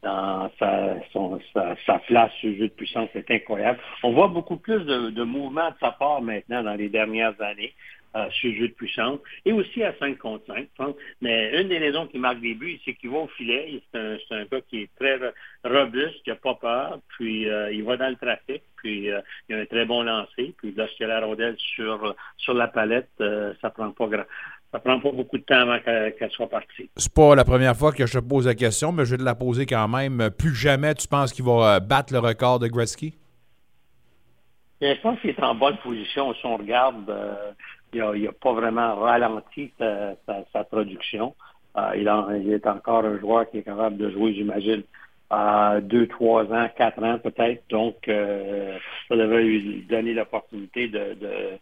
sa flash sur le jeu de puissance est incroyable. On voit beaucoup plus de mouvements de sa part maintenant dans les dernières années sur le jeu de puissance et aussi à 5 contre 5. Je pense. Mais une des raisons qu'il marque des buts, c'est qu'il va au filet. C'est un gars qui est très robuste, qui n'a pas peur, puis il va dans le trafic, puis il a un très bon lancer. Puis lorsqu'il a la rondelle sur la palette, ça prend pas beaucoup de temps avant qu'elle soit partie. C'est pas la première fois que je te pose la question, mais je vais te la poser quand même. Plus jamais, tu penses qu'il va battre le record de Gretzky? Bien, je pense qu'il est en bonne position. Si on regarde, il n'a pas vraiment ralenti sa production. Il est encore un joueur qui est capable de jouer, j'imagine, 2, 3 ans, 4 ans peut-être. Donc, ça devrait lui donner l'opportunité de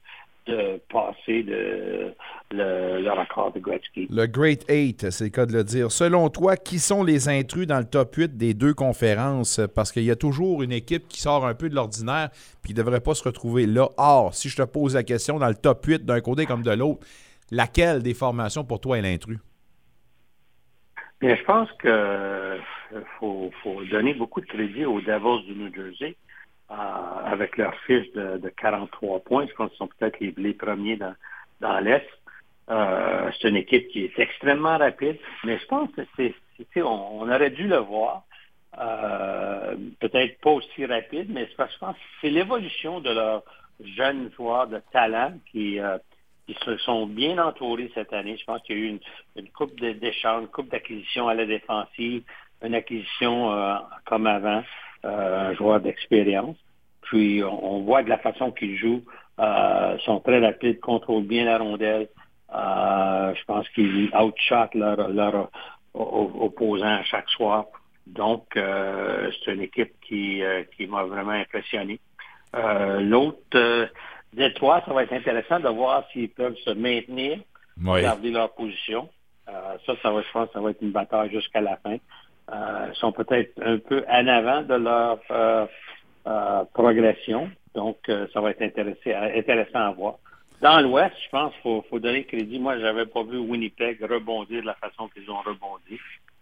de passer le record de Gretzky. Le Great 8, c'est le cas de le dire. Selon toi, qui sont les intrus dans le top 8 des deux conférences? Parce qu'il y a toujours une équipe qui sort un peu de l'ordinaire puis qui ne devrait pas se retrouver là. Or, si je te pose la question dans le top 8 d'un côté comme de l'autre, laquelle des formations pour toi est l'intrus? Bien, je pense que faut donner beaucoup de crédit aux Devils du New Jersey. Avec leur fiche de 43 points, je pense qu'ils sont peut-être les premiers dans l'Est. C'est une équipe qui est extrêmement rapide, mais je pense que on aurait dû le voir. Peut-être pas aussi rapide, mais je pense que c'est l'évolution de leurs jeunes joueurs de talent qui se sont bien entourés cette année. Je pense qu'il y a eu une coupe d'échanges, une coupe d'acquisition à la défensive, une acquisition comme avant. Un joueur d'expérience. Puis, on voit de la façon qu'ils jouent, sont très rapides, contrôlent bien la rondelle. Je pense qu'ils outshot leur opposant à chaque soir. Donc, c'est une équipe qui m'a vraiment impressionné. L'autre, Détroit, ça va être intéressant de voir s'ils peuvent se maintenir, garder leur position. Je pense que ça va être une bataille jusqu'à la fin. Sont peut-être un peu en avant de leur progression. Donc, ça va être intéressant à voir. Dans l'Ouest, je pense qu'il faut donner crédit. Moi, je n'avais pas vu Winnipeg rebondir de la façon qu'ils ont rebondi.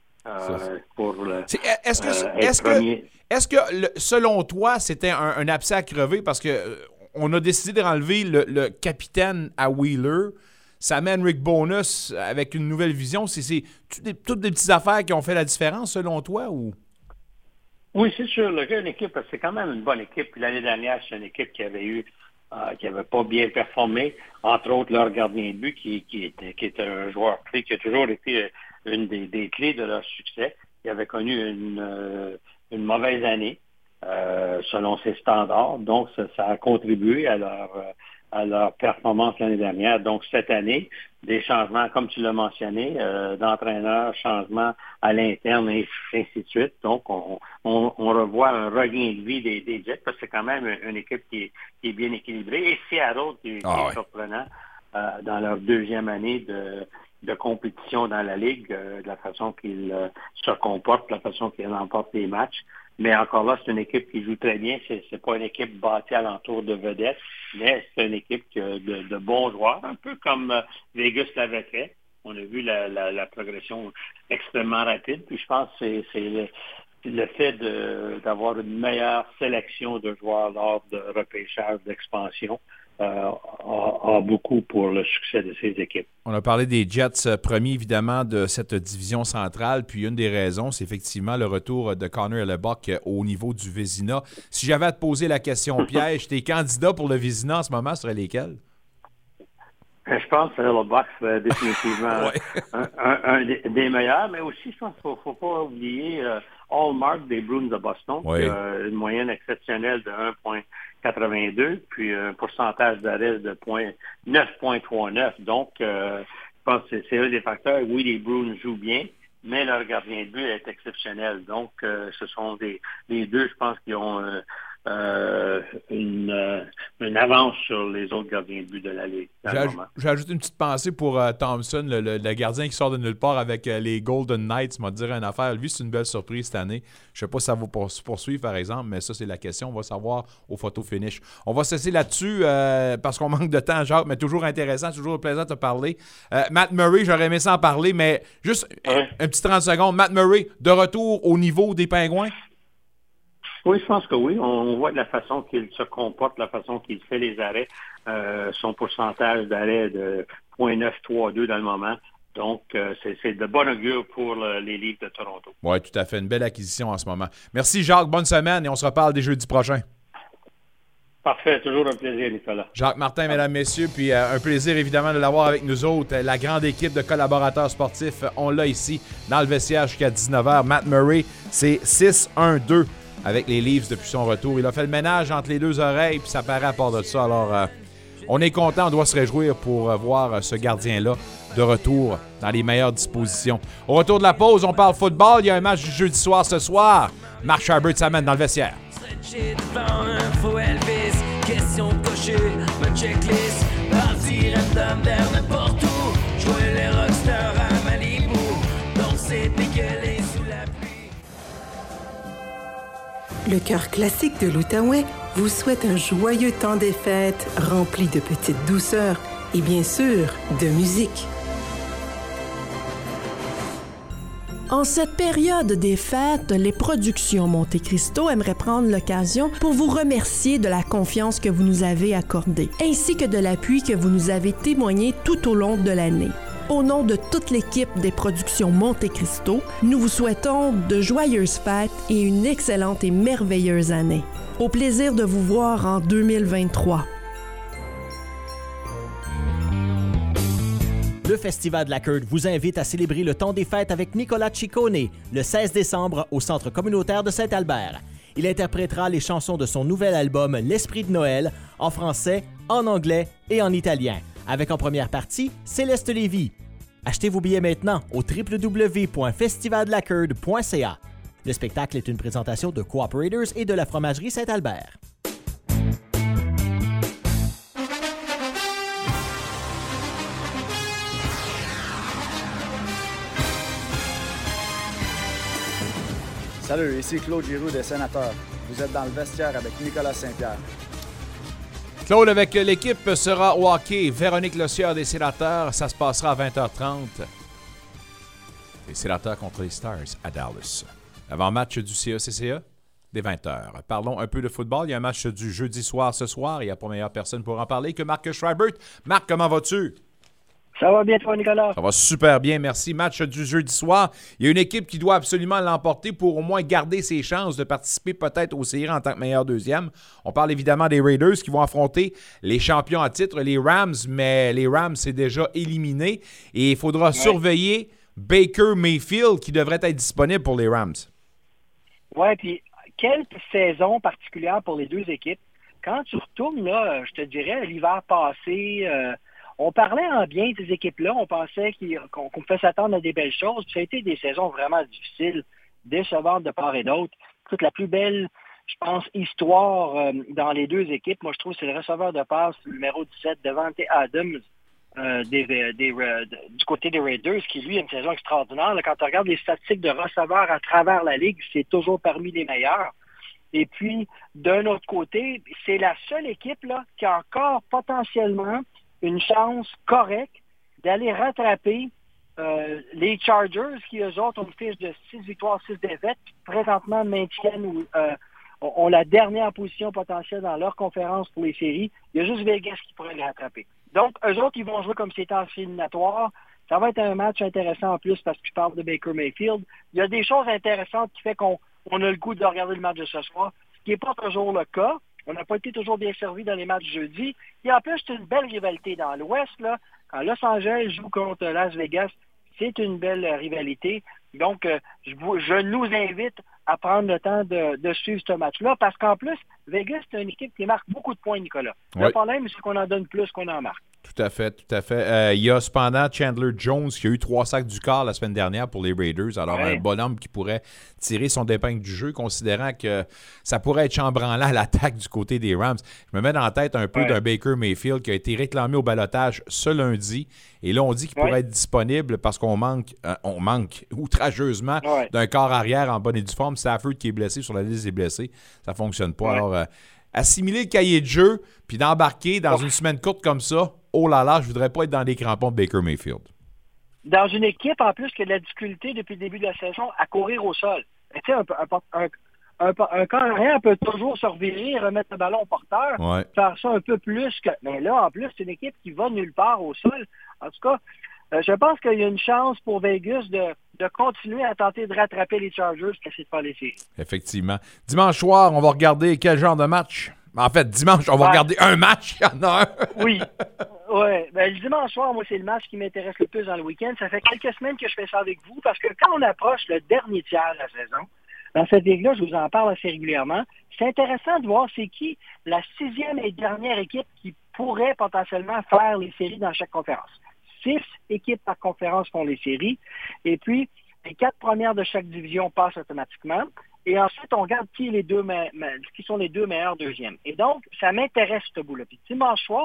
Est-ce que selon toi, c'était un abcès à crever? Parce que on a décidé de renlever le capitaine à Wheeler. Ça amène Rick Bowness avec une nouvelle vision. C'est toutes des petites affaires qui ont fait la différence, selon toi? Ou? Oui, c'est sûr. Le gars, une équipe, c'est quand même une bonne équipe. Puis l'année dernière, c'est une équipe qui avait pas bien performé. Entre autres, leur gardien de but, qui était un joueur clé, qui a toujours été une des clés de leur succès. Il avait connu une mauvaise année, selon ses standards. Donc, ça a contribué à leur performance l'année dernière. Donc, cette année, des changements, comme tu l'as mentionné, d'entraîneur, changements à l'interne, et ainsi de suite. Donc, on revoit un regain de vie des Jets, parce que c'est quand même une équipe qui est bien équilibrée. Et Seattle, qui est surprenant dans leur deuxième année de compétition dans la Ligue, de la façon qu'ils se comportent, de la façon qu'ils remportent les matchs. Mais encore là, c'est une équipe qui joue très bien. C'est pas une équipe bâtie alentour de vedettes, mais c'est une équipe de bons joueurs, un peu comme Vegas l'avait fait. On a vu la progression extrêmement rapide. Puis je pense que c'est le fait d'avoir une meilleure sélection de joueurs lors de repêchage, d'expansion, a beaucoup pour le succès de ces équipes. On a parlé des Jets premiers, évidemment, de cette division centrale. Puis une des raisons, c'est effectivement le retour de Connor Hellebuyck au niveau du Vézina. Si j'avais à te poser la question piège, tes candidats pour le Vézina en ce moment seraient lesquels? Je pense que Hellebuyck serait définitivement un des meilleurs, mais aussi, je pense qu'il ne faut pas oublier Hallmark des Bruins de Boston, qui a une moyenne exceptionnelle de 1,82, puis un pourcentage d'arrêt de 9,39. Donc, je pense que c'est un des facteurs. Oui, les Bruins jouent bien, mais leur gardien de but est exceptionnel. Donc, ce sont les deux, je pense, qui ont une avance sur les autres gardiens de but de la Ligue. J'ajoute une petite pensée pour Thompson, le gardien qui sort de nulle part avec les Golden Knights, m'a dit une affaire. Lui, c'est une belle surprise cette année. Je ne sais pas si ça va poursuivre, par exemple, mais ça, c'est la question. On va savoir au photo finish. On va cesser là-dessus parce qu'on manque de temps, Jacques, mais toujours intéressant, toujours plaisant de te parler. Matt Murray, j'aurais aimé ça en parler, mais juste un petit 30 secondes. Matt Murray, de retour au niveau des Pingouins? Oui, je pense que oui. On voit de la façon qu'il se comporte, la façon qu'il fait les arrêts, son pourcentage d'arrêt de 0,932 dans le moment. Donc, c'est de bon augure pour les Leafs de Toronto. Oui, tout à fait. Une belle acquisition en ce moment. Merci, Jacques. Bonne semaine et on se reparle dès jeudi prochain. Parfait. Toujours un plaisir, Nicolas. Jacques Martin, mesdames, messieurs, puis un plaisir, évidemment, de l'avoir avec nous autres. La grande équipe de collaborateurs sportifs, on l'a ici dans le vestiaire jusqu'à 19h. Matt Murray, c'est 6-1-2. Avec les Leafs depuis son retour. Il a fait le ménage entre les deux oreilles, puis ça paraît à part de ça. Alors, on est content, on doit se réjouir pour voir ce gardien-là de retour dans les meilleures dispositions. Au retour de la pause, on parle football. Il y a un match du jeudi soir ce soir. Marc Charbert s'amène dans le vestiaire. Question cochée, ma checklist. Partir random vers n'importe où, jouer les rockstars à Malibu, danser dégueuler sous la pluie. Le chœur classique de l'Outaouais vous souhaite un joyeux temps des fêtes rempli de petites douceurs et bien sûr de musique. En cette période des fêtes, les Productions Monte Cristo aimeraient prendre l'occasion pour vous remercier de la confiance que vous nous avez accordée, ainsi que de l'appui que vous nous avez témoigné tout au long de l'année. Au nom de toute l'équipe des Productions Monte Cristo, nous vous souhaitons de joyeuses fêtes et une excellente et merveilleuse année. Au plaisir de vous voir en 2023. Le Festival de la Curd vous invite à célébrer le temps des fêtes avec Nicolas Ciccone le 16 décembre au Centre communautaire de Saint-Albert. Il interprétera les chansons de son nouvel album L'Esprit de Noël en français, en anglais et en italien, avec en première partie Céleste Lévy. Achetez vos billets maintenant au www.festivaldelaCurd.ca. Le spectacle est une présentation de Cooperators et de la fromagerie Saint-Albert. Salut, ici Claude Giroux des Sénateurs. Vous êtes dans le vestiaire avec Nicolas Saint-Pierre. Claude, avec l'équipe, sera au hockey. Véronique Lossière des Sénateurs. Ça se passera à 20h30. Les Sénateurs contre les Stars à Dallas. Avant-match du CA-CCA, dès 20h. Parlons un peu de football. Il y a un match du jeudi soir ce soir. Il n'y a pas meilleure personne pour en parler que Marc Schreibert. Marc, comment vas-tu? Ça va bien, toi, Nicolas? Ça va super bien, merci. Match du jeudi soir. Il y a une équipe qui doit absolument l'emporter pour au moins garder ses chances de participer peut-être aux séries en tant que meilleur deuxième. On parle évidemment des Raiders qui vont affronter les champions à titre, les Rams, mais les Rams, c'est déjà éliminé. Et il faudra surveiller Baker Mayfield qui devrait être disponible pour les Rams. Oui, puis quelle saison particulière pour les deux équipes. Quand tu retournes, là, je te dirais, l'hiver passé... on parlait en bien de ces équipes-là. On pensait qu'on pouvait s'attendre à des belles choses. Puis ça a été des saisons vraiment difficiles, décevantes de part et d'autre. Toute la plus belle, je pense, histoire dans les deux équipes, moi, je trouve, c'est le receveur de passe numéro 17, Devante Adams, du côté des Raiders, qui, lui, a une saison extraordinaire. Là, quand tu regardes les statistiques de receveurs à travers la Ligue, c'est toujours parmi les meilleurs. Et puis, d'un autre côté, c'est la seule équipe là, qui a encore potentiellement une chance correcte d'aller rattraper les Chargers qui, eux autres, ont une fiche de 6 victoires, 6 défaites, qui présentement maintiennent ou ont la dernière position potentielle dans leur conférence pour les séries. Il y a juste Vegas qui pourrait les rattraper. Donc, eux autres, ils vont jouer comme c'était en éliminatoire. Ça va être un match intéressant en plus parce que je parle de Baker Mayfield. Il y a des choses intéressantes qui fait qu'on a le goût de regarder le match de ce soir, ce qui n'est pas toujours le cas. On n'a pas été toujours bien servi dans les matchs jeudi. Et en plus, c'est une belle rivalité dans l'Ouest. Là, quand Los Angeles joue contre Las Vegas, c'est une belle rivalité. Donc, je nous invite à prendre le temps de suivre ce match-là parce qu'en plus, Vegas, c'est une équipe qui marque beaucoup de points, Nicolas. Le problème, c'est qu'on en donne plus qu'on en marque. Tout à fait, tout à fait. Il y a cependant Chandler Jones qui a eu 3 sacs du quart la semaine dernière pour les Raiders. Alors, un bonhomme qui pourrait tirer son épingle du jeu, considérant que ça pourrait être chambranlant à l'attaque du côté des Rams. Je me mets dans la tête un peu d'un Baker Mayfield qui a été réclamé au ballottage ce lundi. Et là, on dit qu'il pourrait être disponible parce qu'on manque outrageusement d'un corps arrière en bonne et due forme. Stafford qui est blessé sur la liste des blessés. Ça ne fonctionne pas. Alors, assimiler le cahier de jeu puis d'embarquer dans une semaine courte comme ça, oh là là, je voudrais pas être dans les crampons de Baker Mayfield. Dans une équipe, en plus, qui a de la difficulté depuis le début de la saison à courir au sol. Tu sais, un corps arrière peut toujours se revirer, remettre le ballon au porteur, faire ça un peu plus que... Mais là, en plus, c'est une équipe qui va nulle part au sol. En tout cas, je pense qu'il y a une chance pour Vegas de continuer à tenter de rattraper les Chargers qui essaient de faire les séries. Effectivement. Dimanche soir, on va regarder quel genre de match? En fait, dimanche, on va regarder un match. Il y en a un. Oui. Ouais. Ben, le dimanche soir, moi, c'est le match qui m'intéresse le plus dans le week-end. Ça fait quelques semaines que je fais ça avec vous parce que quand on approche le dernier tiers de la saison, dans cette ligue-là, je vous en parle assez régulièrement, c'est intéressant de voir c'est qui la 6e et dernière équipe qui pourrait potentiellement faire les séries dans chaque conférence. 6 équipes par conférence font les séries. Et puis, les 4 premières de chaque division passent automatiquement. Et ensuite, on regarde qui sont les deux meilleurs deuxièmes. Et donc, ça m'intéresse ce bout-là. Puis dimanche soir,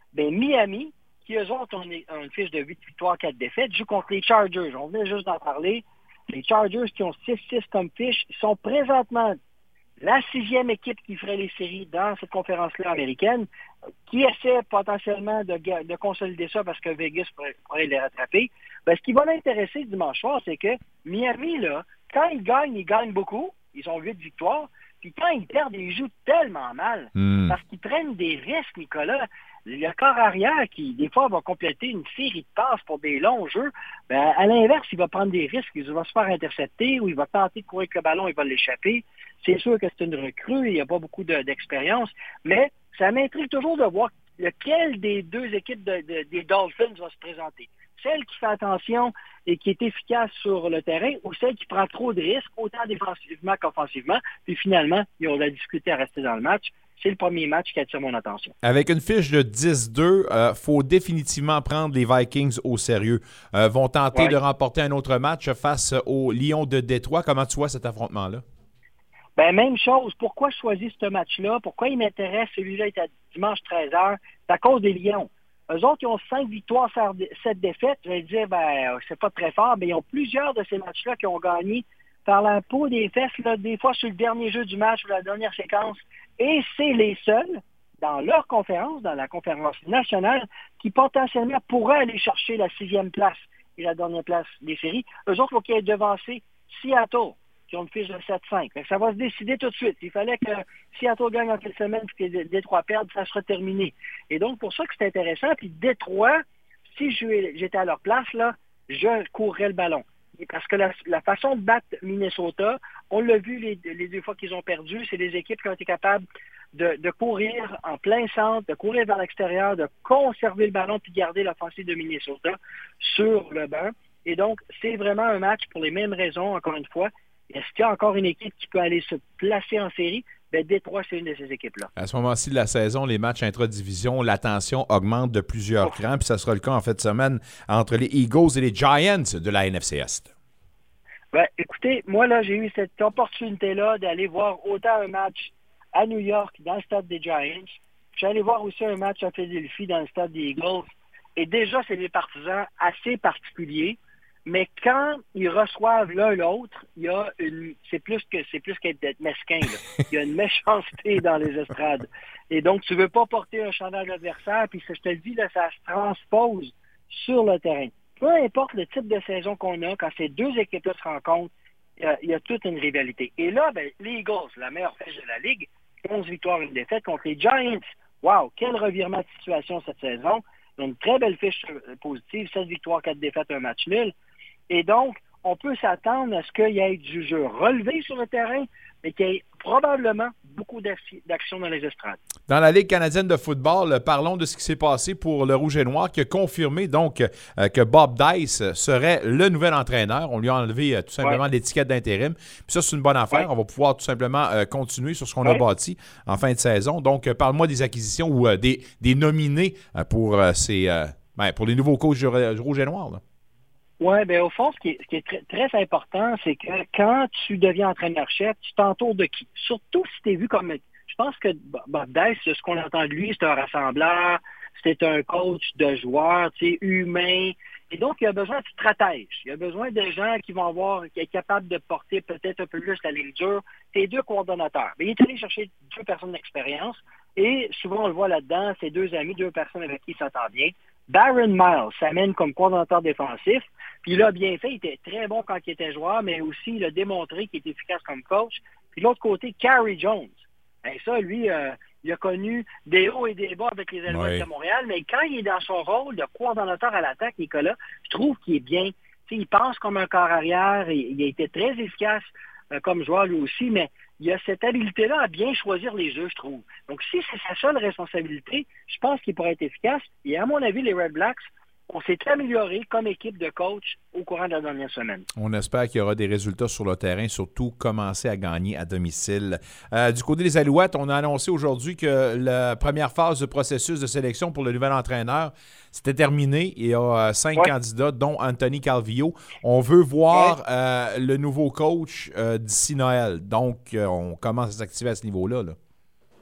Ben Miami, qui eux autres ont une fiche de 8 victoires, 4 défaites, joue contre les Chargers. On venait juste d'en parler. Les Chargers qui ont 6-6 comme fiche, sont présentement la 6e équipe qui ferait les séries dans cette conférence-là américaine, qui essaie potentiellement de consolider ça parce que Vegas pourrait les rattraper. Ben, ce qui va l'intéresser dimanche soir, c'est que Miami, là, quand ils gagnent beaucoup. Ils ont 8 victoires. Puis quand ils perdent, ils jouent tellement mal. Parce qu'ils prennent des risques, Nicolas. Le corps arrière qui, des fois, va compléter une série de passes pour des longs jeux. Ben, à l'inverse, il va prendre des risques. Il va se faire intercepter ou il va tenter de courir avec le ballon, il va l'échapper. C'est sûr que c'est une recrue, il n'y a pas beaucoup d'expérience. Mais ça m'intrigue toujours de voir lequel des deux équipes des Dolphins va se présenter. Celle qui fait attention et qui est efficace sur le terrain ou celle qui prend trop de risques, autant défensivement qu'offensivement. Puis finalement, ils ont la difficulté à rester dans le match. C'est le premier match qui attire mon attention. Avec une fiche de 10-2, faut définitivement prendre les Vikings au sérieux. Vont tenter de remporter un autre match face aux Lions de Détroit. Comment tu vois cet affrontement-là? Ben, même chose. Pourquoi je choisis ce match-là? Pourquoi il m'intéresse? Celui-là est à dimanche 13h. C'est à cause des Lions. Eux autres, ils ont 5 victoires, 7 défaites. Je vais dire, ben, c'est pas très fort, mais ils ont plusieurs de ces matchs-là qui ont gagné par la peau des fesses, là, des fois sur le dernier jeu du match ou la dernière séquence. Et c'est les seuls, dans leur conférence, dans la conférence nationale, qui potentiellement pourraient aller chercher la 6e place et la dernière place des séries. Eux autres, il faut qu'ils aient devancé Seattle, qui ont une fiche de 7-5. Ça va se décider tout de suite. Il fallait que Seattle gagne en cette semaine et que Détroit perde, ça sera terminé. Et donc, pour ça que c'est intéressant. Puis Détroit, si j'étais à leur place, là, je courrais le ballon. Parce que la façon de battre Minnesota, on l'a vu les 2 fois qu'ils ont perdu, c'est des équipes qui ont été capables de courir en plein centre, de courir vers l'extérieur, de conserver le ballon puis garder l'offensive de Minnesota sur le banc. Et donc, c'est vraiment un match pour les mêmes raisons, encore une fois. Est-ce qu'il y a encore une équipe qui peut aller se placer en série? Ben, Détroit, c'est une de ces équipes-là. À ce moment-ci de la saison, les matchs intra-division, la tension augmente de plusieurs crans, puis ça sera le cas en fin de semaine entre les Eagles et les Giants de la NFC Est. Ben, écoutez, moi, là, j'ai eu cette opportunité-là d'aller voir autant un match à New York, dans le stade des Giants. J'ai allé voir aussi un match à Philadelphie, dans le stade des Eagles. Et déjà, c'est des partisans assez particuliers. Mais quand ils reçoivent l'un l'autre, il y a c'est plus qu'être mesquin, là. Il y a une méchanceté dans les estrades. Et donc, tu veux pas porter un chandail de l'adversaire, puis je te le dis, là, ça se transpose sur le terrain. Peu importe le type de saison qu'on a, quand ces deux équipes-là se rencontrent, il y a toute une rivalité. Et là, ben, les Eagles, la meilleure fiche de la Ligue, 11 victoires, 1 défaite contre les Giants. Wow, quel revirement de situation cette saison. Ils ont une très belle fiche positive, 7 victoires, 4 défaites, 1 match nul. Et donc, on peut s'attendre à ce qu'il y ait du jeu relevé sur le terrain, mais qu'il y ait probablement beaucoup d'action dans les estrades. Dans la Ligue canadienne de football, parlons de ce qui s'est passé pour le Rouge et Noir, qui a confirmé donc que Bob Dice serait le nouvel entraîneur. On lui a enlevé tout simplement l'étiquette d'intérim. Puis ça, c'est une bonne affaire. On va pouvoir tout simplement continuer sur ce qu'on a bâti en fin de saison. Donc, parle-moi des acquisitions ou des nominés pour les nouveaux coachs du Rouge et Noir, là. Oui, bien au fond, ce qui est très, très important, c'est que quand tu deviens entraîneur-chef, tu t'entoures de qui? Surtout si tu es vu comme... Je pense que Bob Dice, ce qu'on entend de lui, c'est un rassembleur, c'est un coach de joueurs, tu sais, humain. Et donc, il y a besoin de stratèges. Il y a besoin de gens qui vont qui être capables de porter peut-être un peu plus la ligne dure. C'est 2 coordonnateurs. Mais il est allé chercher 2 personnes d'expérience. Et souvent, on le voit là-dedans, c'est 2 amis, 2 personnes avec qui il s'entend bien. Barron Miles s'amène comme coordonnateur défensif. Puis il a bien fait, il était très bon quand il était joueur, mais aussi il a démontré qu'il était efficace comme coach. Puis de l'autre côté, Carey Jones. Et ça, lui, il a connu des hauts et des bas avec les Alouettes de Montréal, mais quand il est dans son rôle de coordonnateur à l'attaque, Nicolas, je trouve qu'il est bien. T'sais, il pense comme un corps arrière, et il a été très efficace comme joueur lui aussi, mais il a cette habileté-là à bien choisir les jeux, je trouve. Donc, si c'est sa seule responsabilité, je pense qu'il pourrait être efficace. Et à mon avis, les Red Blacks, on s'est amélioré comme équipe de coach au courant de la dernière semaine. On espère qu'il y aura des résultats sur le terrain, surtout commencer à gagner à domicile. Du côté des Alouettes, on a annoncé aujourd'hui que la première phase du processus de sélection pour le nouvel entraîneur, c'était terminé. Il y a 5 candidats, dont Anthony Calvillo. On veut voir le nouveau coach d'ici Noël. Donc, on commence à s'activer à ce niveau-là, là.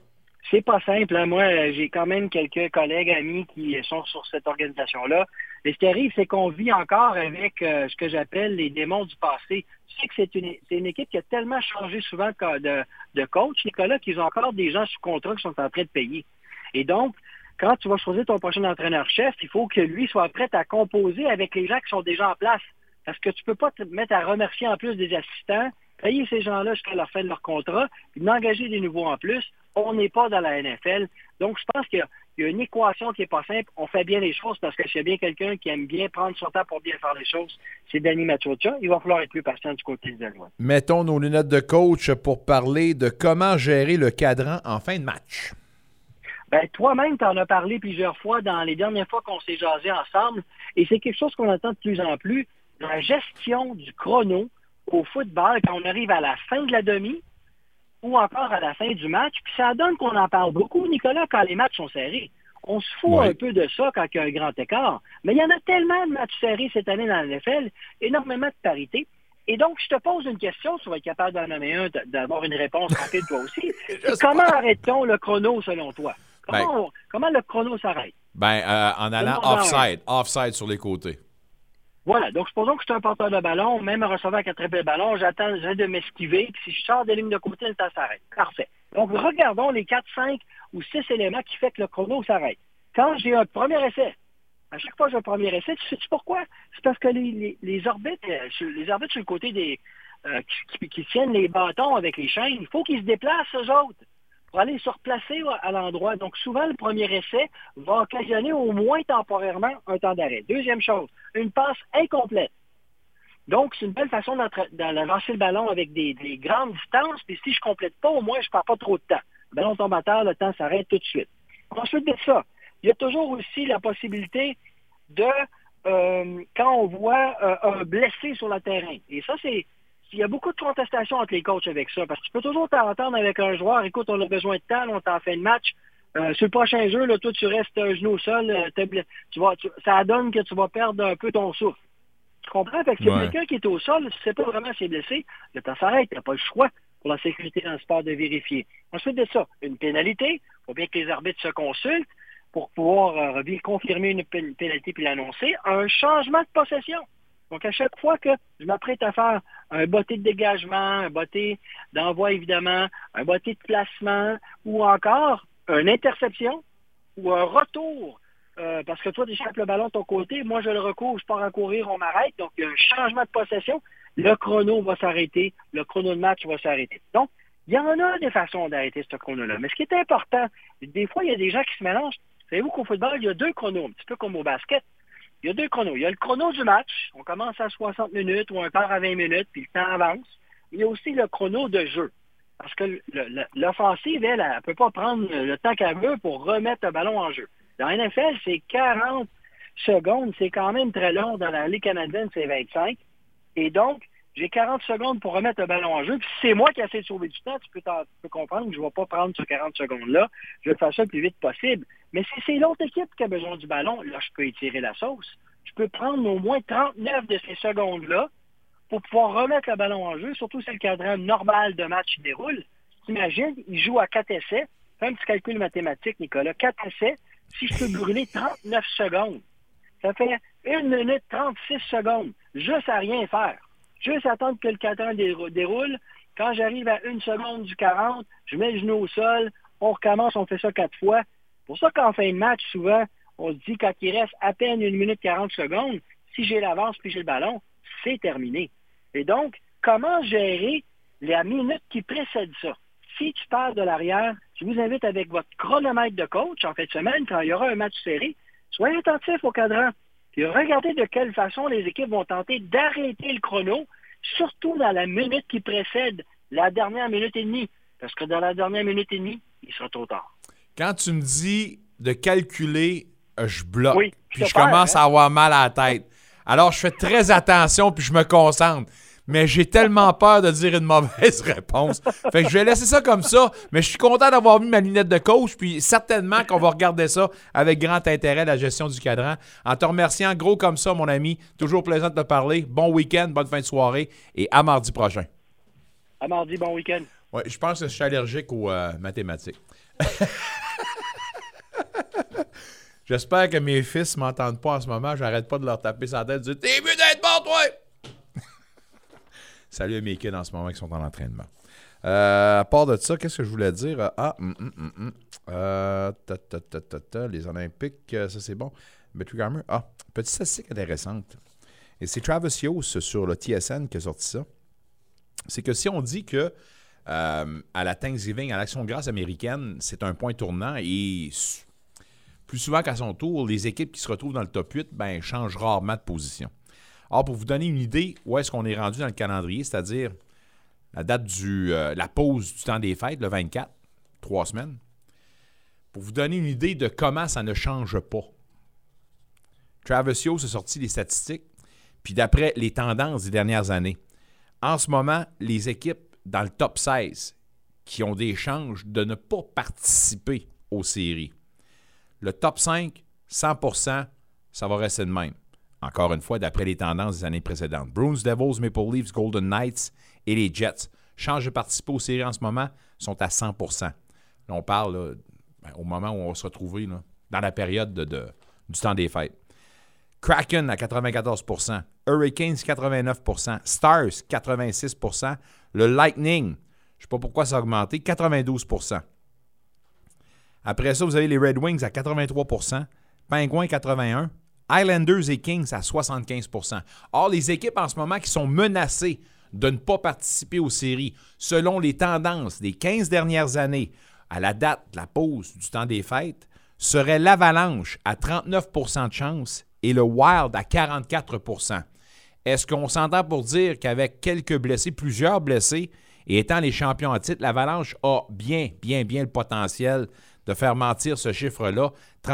c'est pas simple. Hein. Moi, j'ai quand même quelques collègues, amis qui sont sur cette organisation-là. Et ce qui arrive, c'est qu'on vit encore avec ce que j'appelle les démons du passé. Tu sais que c'est une équipe qui a tellement changé souvent de coach, Nicolas, qu'ils ont encore des gens sous contrat qui sont en train de payer. Et donc, quand tu vas choisir ton prochain entraîneur-chef, il faut que lui soit prêt à composer avec les gens qui sont déjà en place. Parce que tu peux pas te mettre à remercier en plus des assistants, payer ces gens-là jusqu'à la fin de leur contrat, puis d'engager des nouveaux en plus. On n'est pas dans la NFL. Donc, je pense qu'il y a une équation qui n'est pas simple. On fait bien les choses parce que s'il y a bien quelqu'un qui aime bien prendre son temps pour bien faire les choses, c'est Danny Machocha. Il va falloir être plus patient du côté des Alouettes. Mettons nos lunettes de coach pour parler de comment gérer le cadran en fin de match. Ben, toi-même, tu en as parlé plusieurs fois dans les dernières fois qu'on s'est jasé ensemble, et c'est quelque chose qu'on entend de plus en plus. La gestion du chrono au football, quand on arrive à la fin de la demi ou encore à la fin du match, puis ça donne qu'on en parle beaucoup, Nicolas, quand les matchs sont serrés. On se fout un peu de ça quand il y a un grand écart. Mais il y en a tellement de matchs serrés cette année dans la NFL, énormément de parité. Et donc, je te pose une question, tu vas être capable d'en nommer un, d'avoir une réponse rapide toi aussi. Comment arrête-t-on le chrono selon toi? Comment le chrono s'arrête? En allant offside sur les côtés. Voilà, donc supposons que je suis un porteur de ballon, même un receveur qui attrape le ballon, j'attends de m'esquiver, puis si je sors des lignes de côté, le temps s'arrête. Parfait. Donc, regardons les 4, 5 ou 6 éléments qui font que le chrono s'arrête. Quand j'ai un premier essai, à chaque fois que j'ai un premier essai, tu sais pourquoi? C'est parce que les orbites sur le côté des qui tiennent les bâtons avec les chaînes, il faut qu'ils se déplacent, eux autres, pour aller se replacer à l'endroit. Donc, souvent, le premier essai va occasionner au moins temporairement un temps d'arrêt. Deuxième chose, une passe incomplète. Donc, c'est une belle façon d'avancer le ballon avec des grandes distances, puis si je ne complète pas, au moins, je ne perds pas trop de temps. Le ballon tombe à terre, le temps s'arrête tout de suite. Ensuite de ça, il y a toujours aussi la possibilité de, quand on voit un blessé sur le terrain. Et ça, il y a beaucoup de contestations entre les coachs avec ça, parce que tu peux toujours t'entendre avec un joueur, écoute, on a besoin de temps, on t'en fait de match. Sur le prochain jeu, là, toi, tu restes un genou au sol, ça donne que tu vas perdre un peu ton souffle. Tu comprends? Fait que si quelqu'un qui est au sol, tu ne sais pas vraiment s'il est blessé, le temps s'arrête, tu n'as pas le choix pour la sécurité dans le sport de vérifier. Ensuite de ça, une pénalité, il faut bien que les arbitres se consultent pour pouvoir confirmer une pénalité puis l'annoncer. Un changement de possession. Donc, à chaque fois que je m'apprête à faire un botté de dégagement, un botté d'envoi, évidemment, un botté de placement, ou encore une interception, ou un retour, parce que toi, tu échappes le ballon de ton côté, moi, je le recours, je pars à courir, on m'arrête. Donc, il y a un changement de possession, le chrono va s'arrêter, le chrono de match va s'arrêter. Donc, il y en a des façons d'arrêter ce chrono-là. Mais ce qui est important, des fois, il y a des gens qui se mélangent. Savez-vous qu'au football, il y a 2 chronos, un petit peu comme au basket. Il y a 2 chronos. Il y a le chrono du match. On commence à 60 minutes ou un quart à 20 minutes, puis le temps avance. Il y a aussi le chrono de jeu. Parce que l'offensive, elle ne peut pas prendre le temps qu'elle veut pour remettre le ballon en jeu. Dans la NFL, c'est 40 secondes. C'est quand même très long. Dans la Ligue canadienne, c'est 25. Et donc, j'ai 40 secondes pour remettre le ballon en jeu. Puis si c'est moi qui essaie de sauver du temps, tu peux comprendre que je ne vais pas prendre ces 40 secondes-là. Je vais faire ça le plus vite possible. Mais si c'est l'autre équipe qui a besoin du ballon, là, je peux étirer la sauce. Je peux prendre au moins 39 de ces secondes-là pour pouvoir remettre le ballon en jeu, surtout si le cadran normal de match déroule. T'imagines, il joue à 4 essais. Fais un petit calcul mathématique, Nicolas. 4 essais, si je peux brûler 39 secondes, ça fait 1 minute 36 secondes, juste à rien faire. Juste attendre que le cadran déroule. Quand j'arrive à 1 seconde du 40, je mets le genou au sol, on recommence, on fait ça 4 fois. C'est pour ça qu'en fin de match, souvent, on se dit quand il reste à peine 1 minute 40 secondes, si j'ai l'avance puis j'ai le ballon, c'est terminé. Et donc, comment gérer la minute qui précède ça? Si tu pars de l'arrière, je vous invite avec votre chronomètre de coach en fin de semaine, quand il y aura un match serré, soyez attentifs au cadran. Puis regardez de quelle façon les équipes vont tenter d'arrêter le chrono, surtout dans la minute qui précède la dernière minute et demie. Parce que dans la dernière minute et demie, il sera trop tard. Quand tu me dis de calculer, je bloque. Oui, puis je commence à avoir mal à la tête. Alors, je fais très attention puis je me concentre. Mais j'ai tellement peur de dire une mauvaise réponse. Fait que je vais laisser ça comme ça. Mais je suis content d'avoir mis ma lunette de coach. Puis certainement qu'on va regarder ça avec grand intérêt, la gestion du cadran. En te remerciant gros comme ça, mon ami. Toujours plaisant de te parler. Bon week-end, bonne fin de soirée. Et à mardi prochain. À mardi, bon week-end. Oui, je pense que je suis allergique aux mathématiques. J'espère que mes fils ne m'entendent pas en ce moment. J'arrête pas de leur taper sur la tête et de dire « T'es mieux d'être bon, toi! » Salut à mes kids en ce moment qui sont en entraînement. À part de ça, qu'est-ce que je voulais dire? Les Olympiques, ça c'est bon. Patrick Armour. Petite statistique intéressante. Et c'est Travis Yost sur le TSN qui a sorti ça. C'est que si on dit que à la Thanksgiving, à l'Action de grâce américaine, c'est un point tournant et plus souvent qu'à son tour, les équipes qui se retrouvent dans le top 8 changent rarement de position. Or, pour vous donner une idée où est-ce qu'on est rendu dans le calendrier, c'est-à-dire la date la pause du temps des fêtes, le 24, 3 semaines, pour vous donner une idée de comment ça ne change pas. Travis Yost a sorti les statistiques, puis d'après les tendances des dernières années, en ce moment, les équipes dans le top 16 qui ont des chances de ne pas participer aux séries. Le top 5, 100%, ça va rester de même. Encore une fois, d'après les tendances des années précédentes. Bruins, Devils, Maple Leafs, Golden Knights et les Jets changent de participer aux séries en ce moment, sont à 100%. Là, on parle au moment où on va se retrouver là, dans la période du temps des fêtes. Kraken à 94%, Hurricanes 89%, Stars 86%, le Lightning, je ne sais pas pourquoi ça a augmenté, 92%. Après ça, vous avez les Red Wings à 83%, Penguins 81%, Islanders et Kings à 75%. Or, les équipes en ce moment qui sont menacées de ne pas participer aux séries, selon les tendances des 15 dernières années, à la date de la pause du temps des fêtes, seraient l'Avalanche à 39% de chance et le Wild à 44%. Est-ce qu'on s'entend pour dire qu'avec quelques blessés, plusieurs blessés, et étant les champions en titre, l'Avalanche a bien le potentiel de faire mentir ce chiffre-là.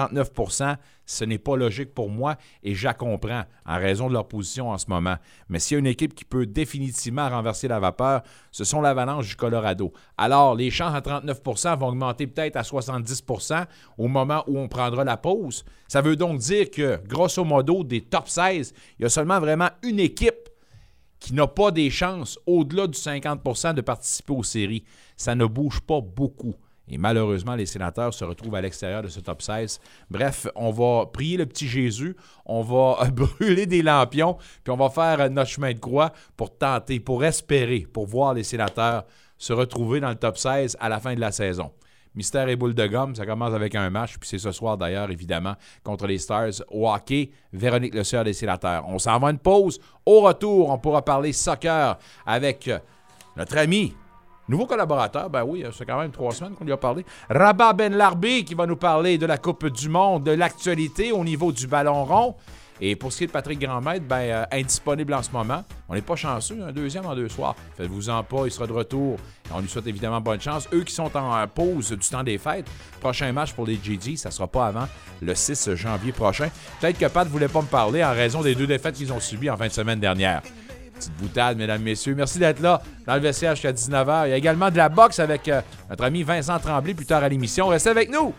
39%, ce n'est pas logique pour moi et je la comprends en raison de leur position en ce moment. Mais s'il y a une équipe qui peut définitivement renverser la vapeur, ce sont l'Avalanche du Colorado. Alors, les chances à 39% vont augmenter peut-être à 70% au moment où on prendra la pause. Ça veut donc dire que, grosso modo, des top 16, il y a seulement vraiment une équipe qui n'a pas des chances au-delà du 50% de participer aux séries. Ça ne bouge pas beaucoup. Et malheureusement, les Sénateurs se retrouvent à l'extérieur de ce top 16. Bref, on va prier le petit Jésus, on va brûler des lampions, puis on va faire notre chemin de croix pour tenter, pour espérer, pour voir les Sénateurs se retrouver dans le top 16 à la fin de la saison. Mystère et boule de gomme, ça commence avec un match, puis c'est ce soir d'ailleurs, évidemment, contre les Stars au hockey. Véronique Le Sieur des Sénateurs. On s'en va une pause. Au retour, on pourra parler soccer avec notre ami, nouveau collaborateur, ben oui, c'est quand même 3 semaines qu'on lui a parlé. Rabah Ben-Larbi qui va nous parler de la Coupe du Monde, de l'actualité au niveau du ballon rond. Et pour ce qui est de Patrick Grandmaître, indisponible en ce moment. On n'est pas chanceux, un deuxième en 2 soirs. Faites-vous-en pas, il sera de retour. On lui souhaite évidemment bonne chance. Eux qui sont en pause du temps des fêtes, prochain match pour les GG, ça ne sera pas avant le 6 janvier prochain. Peut-être que Pat ne voulait pas me parler en raison des 2 défaites qu'ils ont subies en fin de semaine dernière. Petite boutade, mesdames, messieurs. Merci d'être là dans le vestiaire jusqu'à 19h. Il y a également de la boxe avec notre ami Vincent Tremblay plus tard à l'émission. Restez avec nous!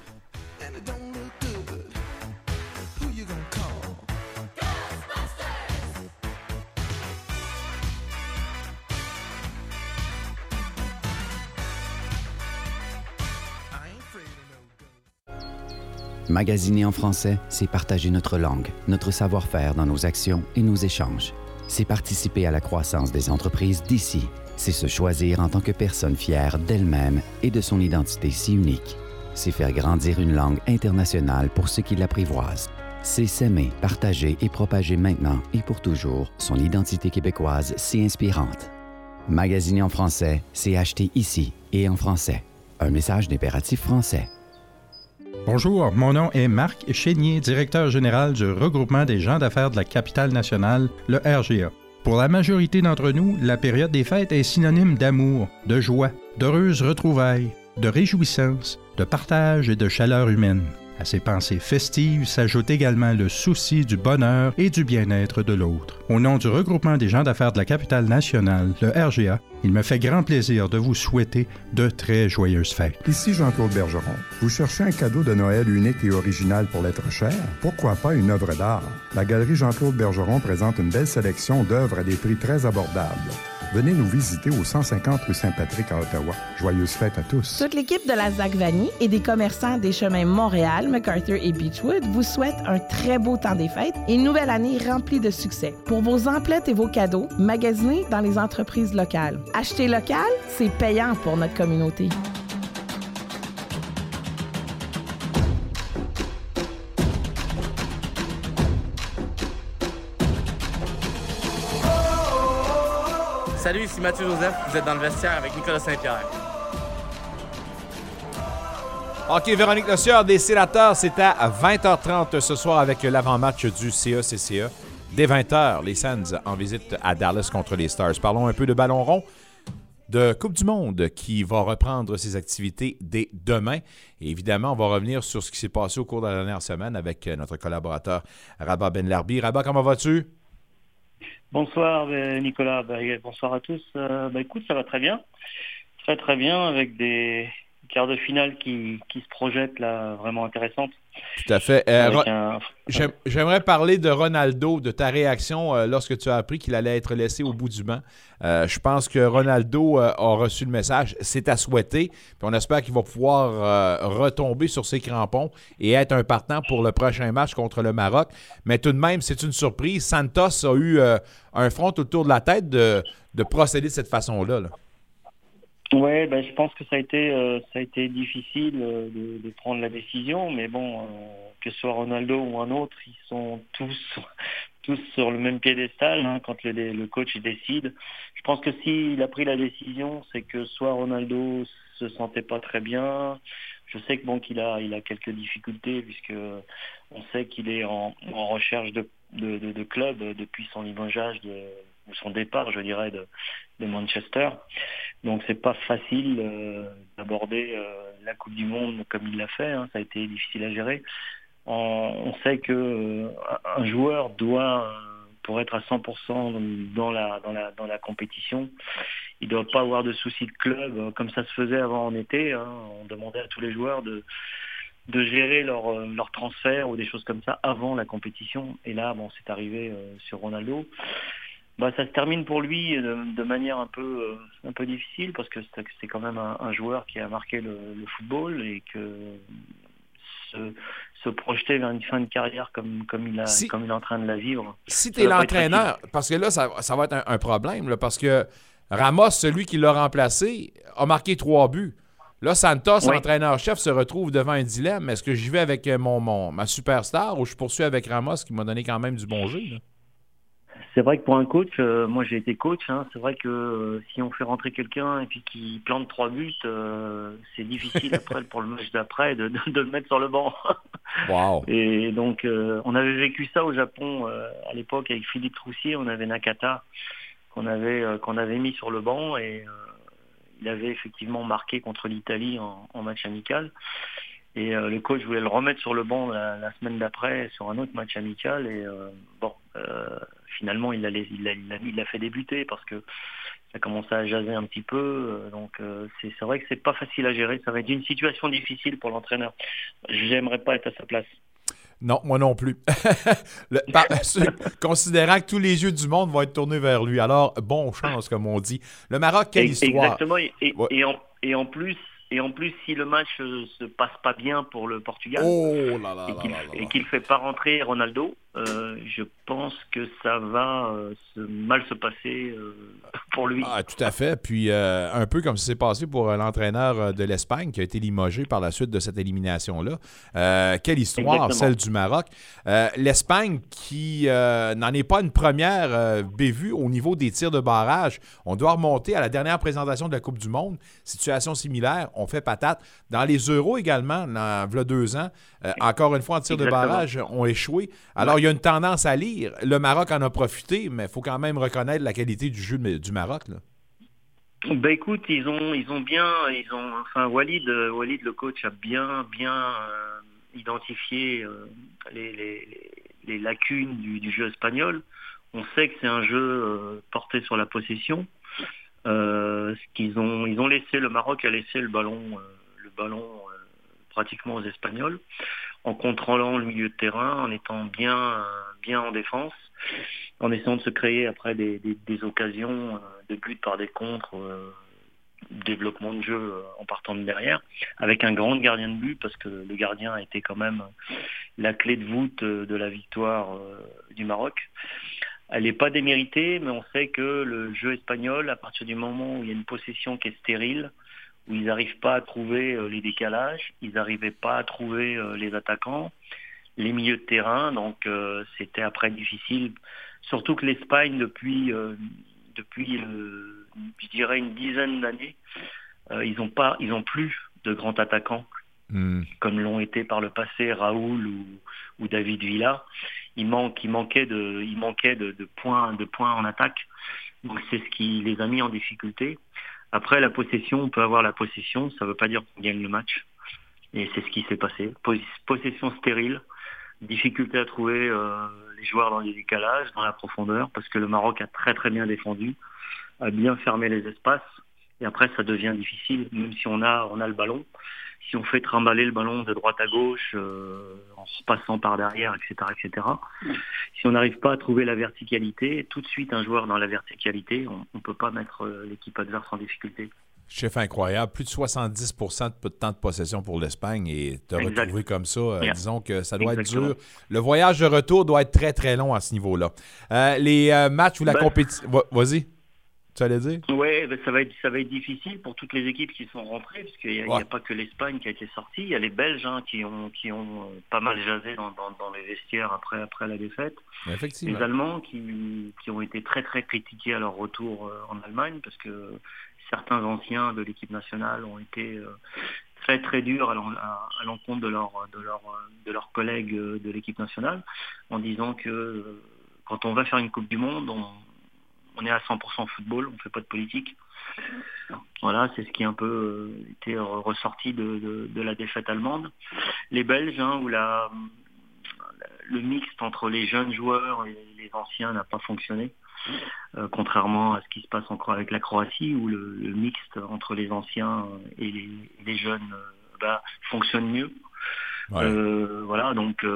Magasiner en français, c'est partager notre langue, notre savoir-faire dans nos actions et nos échanges. C'est participer à la croissance des entreprises d'ici. C'est se choisir en tant que personne fière d'elle-même et de son identité si unique. C'est faire grandir une langue internationale pour ceux qui l'apprivoisent. C'est s'aimer, partager et propager maintenant et pour toujours son identité québécoise si inspirante. Magasiner en français, c'est acheter ici et en français. Un message d'Impératif français. Bonjour, mon nom est Marc Chénier, directeur général du regroupement des gens d'affaires de la capitale nationale, le RGA. Pour la majorité d'entre nous, la période des fêtes est synonyme d'amour, de joie, d'heureuses retrouvailles, de réjouissance, de partage et de chaleur humaine. À ces pensées festives s'ajoute également le souci du bonheur et du bien-être de l'autre. Au nom du regroupement des gens d'affaires de la capitale nationale, le RGA, il me fait grand plaisir de vous souhaiter de très joyeuses fêtes. Ici Jean-Claude Bergeron. Vous cherchez un cadeau de Noël unique et original pour l'être cher? Pourquoi pas une œuvre d'art? La Galerie Jean-Claude Bergeron présente une belle sélection d'œuvres à des prix très abordables. venez nous visiter au 150 rue Saint-Patrick à Ottawa. Joyeuses fêtes à tous. Toute l'équipe de la Zach Vanille et des commerçants des chemins Montréal, MacArthur et Beechwood vous souhaite un très beau temps des fêtes et une nouvelle année remplie de succès. Pour vos emplettes et vos cadeaux, magasinez dans les entreprises locales. Acheter local, c'est payant pour notre communauté. Salut, ici Mathieu Joseph, vous êtes dans le vestiaire avec Nicolas Saint-Pierre. OK, Véronique Lecieur des Sénateurs, c'est à 20h30 ce soir avec l'avant-match du CA-CCA. Dès 20h, les Sens en visite à Dallas contre les Stars. Parlons un peu de ballon rond, de Coupe du Monde qui va reprendre ses activités dès demain. Et évidemment, on va revenir sur ce qui s'est passé au cours de la dernière semaine avec notre collaborateur Rabah Ben-Larbi. Rabah, comment vas-tu? Bonsoir Nicolas, bonsoir à tous. Écoute, ça va très bien. Très très bien avec des quarts de finale qui se projettent là, vraiment intéressantes. Tout à fait. J'aimerais parler de Ronaldo, de ta réaction lorsque tu as appris qu'il allait être laissé au bout du banc. Je pense que Ronaldo a reçu le message. C'est à souhaiter. Puis on espère qu'il va pouvoir retomber sur ses crampons et être un partant pour le prochain match contre le Maroc. Mais tout de même, c'est une surprise. Santos a eu un front autour de la tête de procéder de cette façon-là. Là. Ouais, je pense que ça a été difficile de prendre la décision, mais bon, que ce soit Ronaldo ou un autre, ils sont tous sur le même piédestal quand le coach décide. Je pense que s'il a pris la décision, c'est que soit Ronaldo se sentait pas très bien. Je sais que qu'il a quelques difficultés puisque on sait qu'il est en recherche de club depuis son limogeage ou son départ, je dirais, de Manchester. Donc c'est pas facile d'aborder la Coupe du Monde comme il l'a fait. Ça a été difficile à gérer. On sait que un joueur doit, pour être à 100% dans la compétition, il doit pas avoir de soucis de club comme ça se faisait avant en été. On demandait à tous les joueurs de gérer leur transfert ou des choses comme ça avant la compétition. Et là, c'est arrivé sur Ronaldo. Ça se termine pour lui de manière un peu difficile parce que c'est quand même un joueur qui a marqué le football et que se projeter vers une fin de carrière comme il est en train de la vivre. Si tu es l'entraîneur, parce que là, ça va être un problème, là, parce que Ramos, celui qui l'a remplacé, a marqué 3 buts. Là, Santos, entraîneur-chef, se retrouve devant un dilemme. Est-ce que j'y vais avec ma superstar ou je poursuis avec Ramos qui m'a donné quand même du bon jeu? Là? C'est vrai que pour un coach, moi j'ai été coach, c'est vrai que si on fait rentrer quelqu'un et puis qu'il plante 3 buts, c'est difficile après pour le match d'après de le mettre sur le banc. Wow. Et donc on avait vécu ça au Japon à l'époque avec Philippe Troussier, on avait Nakata qu'on avait mis sur le banc et il avait effectivement marqué contre l'Italie en match amical. Et le coach voulait le remettre sur le banc la semaine d'après sur un autre match amical et finalement il l'a fait débuter parce que ça commençait à jaser un petit peu. Donc c'est vrai que c'est pas facile à gérer. Ça va être une situation difficile pour l'entraîneur. J'aimerais pas être à sa place. Non, moi non plus. Considérant que tous les yeux du monde vont être tournés vers lui. Alors, bonne chance, comme on dit. Le Maroc, quelle histoire. Exactement. Et en plus, si le match se passe pas bien pour le Portugal et qu'il fait pas rentrer Ronaldo, je pense que ça va mal se passer pour lui. Ah, tout à fait. Puis un peu comme ça s'est passé pour l'entraîneur de l'Espagne qui a été limogé par la suite de cette élimination-là. Quelle histoire, celle du Maroc. L'Espagne qui n'en est pas une première bévue au niveau des tirs de barrage. On doit remonter à la dernière présentation de la Coupe du Monde. Situation similaire. On fait patate. Dans les Euros également, il y a 2 ans, encore une fois, en tir de barrage, ont échoué. Alors, il y a une tendance à lire. Le Maroc en a profité, mais il faut quand même reconnaître la qualité du jeu du Maroc. Là. Écoute, Walid, le coach, a bien identifié les lacunes du jeu espagnol. On sait que c'est un jeu porté sur la possession. Le Maroc a laissé le ballon pratiquement aux Espagnols, en contrôlant le milieu de terrain, en étant bien en défense. en essayant de se créer après des occasions de but par des contres, développement de jeu en partant de derrière, avec un grand gardien de but, parce que le gardien a été quand même la clé de voûte de la victoire du Maroc. Elle n'est pas déméritée, mais on sait que le jeu espagnol, à partir du moment où il y a une possession qui est stérile, où ils n'arrivent pas à trouver les décalages, ils n'arrivaient pas à trouver les attaquants, les milieux de terrain, donc c'était après difficile. Surtout que l'Espagne, depuis je dirais une dizaine d'années, ils ont plus de grands attaquants comme l'ont été par le passé Raoul ou David Villa. Il manquait de points en attaque. Donc c'est ce qui les a mis en difficulté. Après, la possession, on peut avoir la possession, ça ne veut pas dire qu'on gagne le match. Et c'est ce qui s'est passé. Possession stérile, difficulté à trouver les joueurs dans les décalages, dans la profondeur, parce que le Maroc a très très bien défendu, a bien fermé les espaces. Et après, ça devient difficile, même si on a le ballon. Si on fait trimballer le ballon de droite à gauche, en repassant par derrière, etc., etc. Si on n'arrive pas à trouver la verticalité, tout de suite un joueur dans la verticalité, on ne peut pas mettre l'équipe adverse en difficulté. Chiffre incroyable, plus de 70% de temps de possession pour l'Espagne et te retrouver comme ça, disons que ça doit être dur. Le voyage de retour doit être très, très long à ce niveau-là. Les matchs où la compétition... Vas-y. Tu allais dire? Oui, ça va être difficile pour toutes les équipes qui sont rentrées, parce qu'il n'y a pas que l'Espagne qui a été sortie. Il y a les Belges qui ont pas mal jasé dans les vestiaires après la défaite. Effectivement. Les Allemands qui ont été très très critiqués à leur retour en Allemagne, parce que certains anciens de l'équipe nationale ont été très très durs à l'encontre de leurs collègues de l'équipe nationale, en disant que quand on va faire une Coupe du Monde, on est à 100% football, on ne fait pas de politique. Voilà, c'est ce qui a un peu été ressorti de la défaite allemande. Les Belges, où le mixte entre les jeunes joueurs et les anciens n'a pas fonctionné, contrairement à ce qui se passe encore avec la Croatie, où le mixte entre les anciens et les jeunes fonctionne mieux. Ouais. Voilà, donc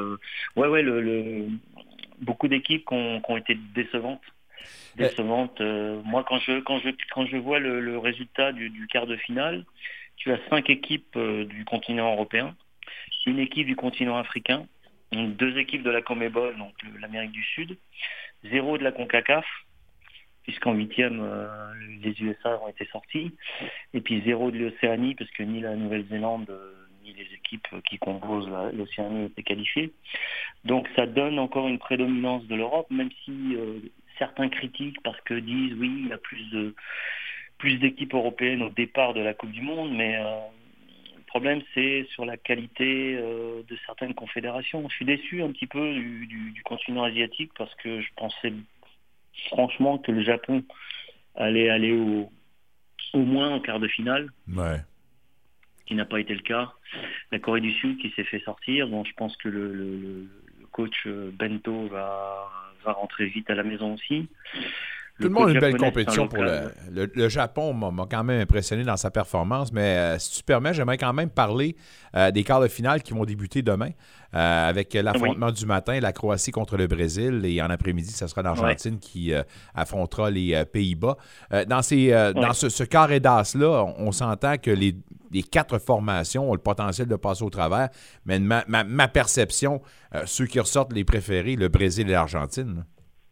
beaucoup d'équipes qui ont été décevantes. Moi, quand je vois le résultat du quart de finale, tu as 5 équipes du continent européen, une équipe du continent africain, 2 équipes de la CONMEBOL, donc l'Amérique du Sud, 0 de la CONCACAF, puisqu'en 8e, les USA ont été sortis, et puis 0 de l'Océanie, parce que ni la Nouvelle-Zélande ni les équipes qui composent l'Océanie étaient qualifiées. Donc ça donne encore une prédominance de l'Europe, même si certains critiquent parce que disent oui, il y a plus d'équipes européennes au départ de la Coupe du Monde, mais le problème c'est sur la qualité de certaines confédérations. Je suis déçu un petit peu du continent asiatique, parce que je pensais franchement que le Japon allait aller au moins en quart de finale. Ouais. Qui n'a pas été le cas. La Corée du Sud qui s'est fait sortir. Bon, je pense que le coach Bento va rentrer vite à la maison aussi. Tout le monde a une belle compétition pour le Japon. M'a quand même impressionné dans sa performance, mais si tu permets, j'aimerais quand même parler des quarts de finale qui vont débuter demain avec l'affrontement du matin, la Croatie contre le Brésil, et en après-midi, ce sera l'Argentine qui affrontera les Pays-Bas. Dans ce carré d'as-là, on s'entend que les 4 formations ont le potentiel de passer au travers, mais ma perception, ceux qui ressortent les préférés, le Brésil et l'Argentine.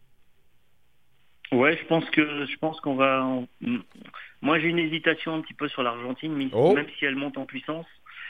Ouais, je pense qu'on va... Moi, j'ai une hésitation un petit peu sur l'Argentine, même si elle monte en puissance,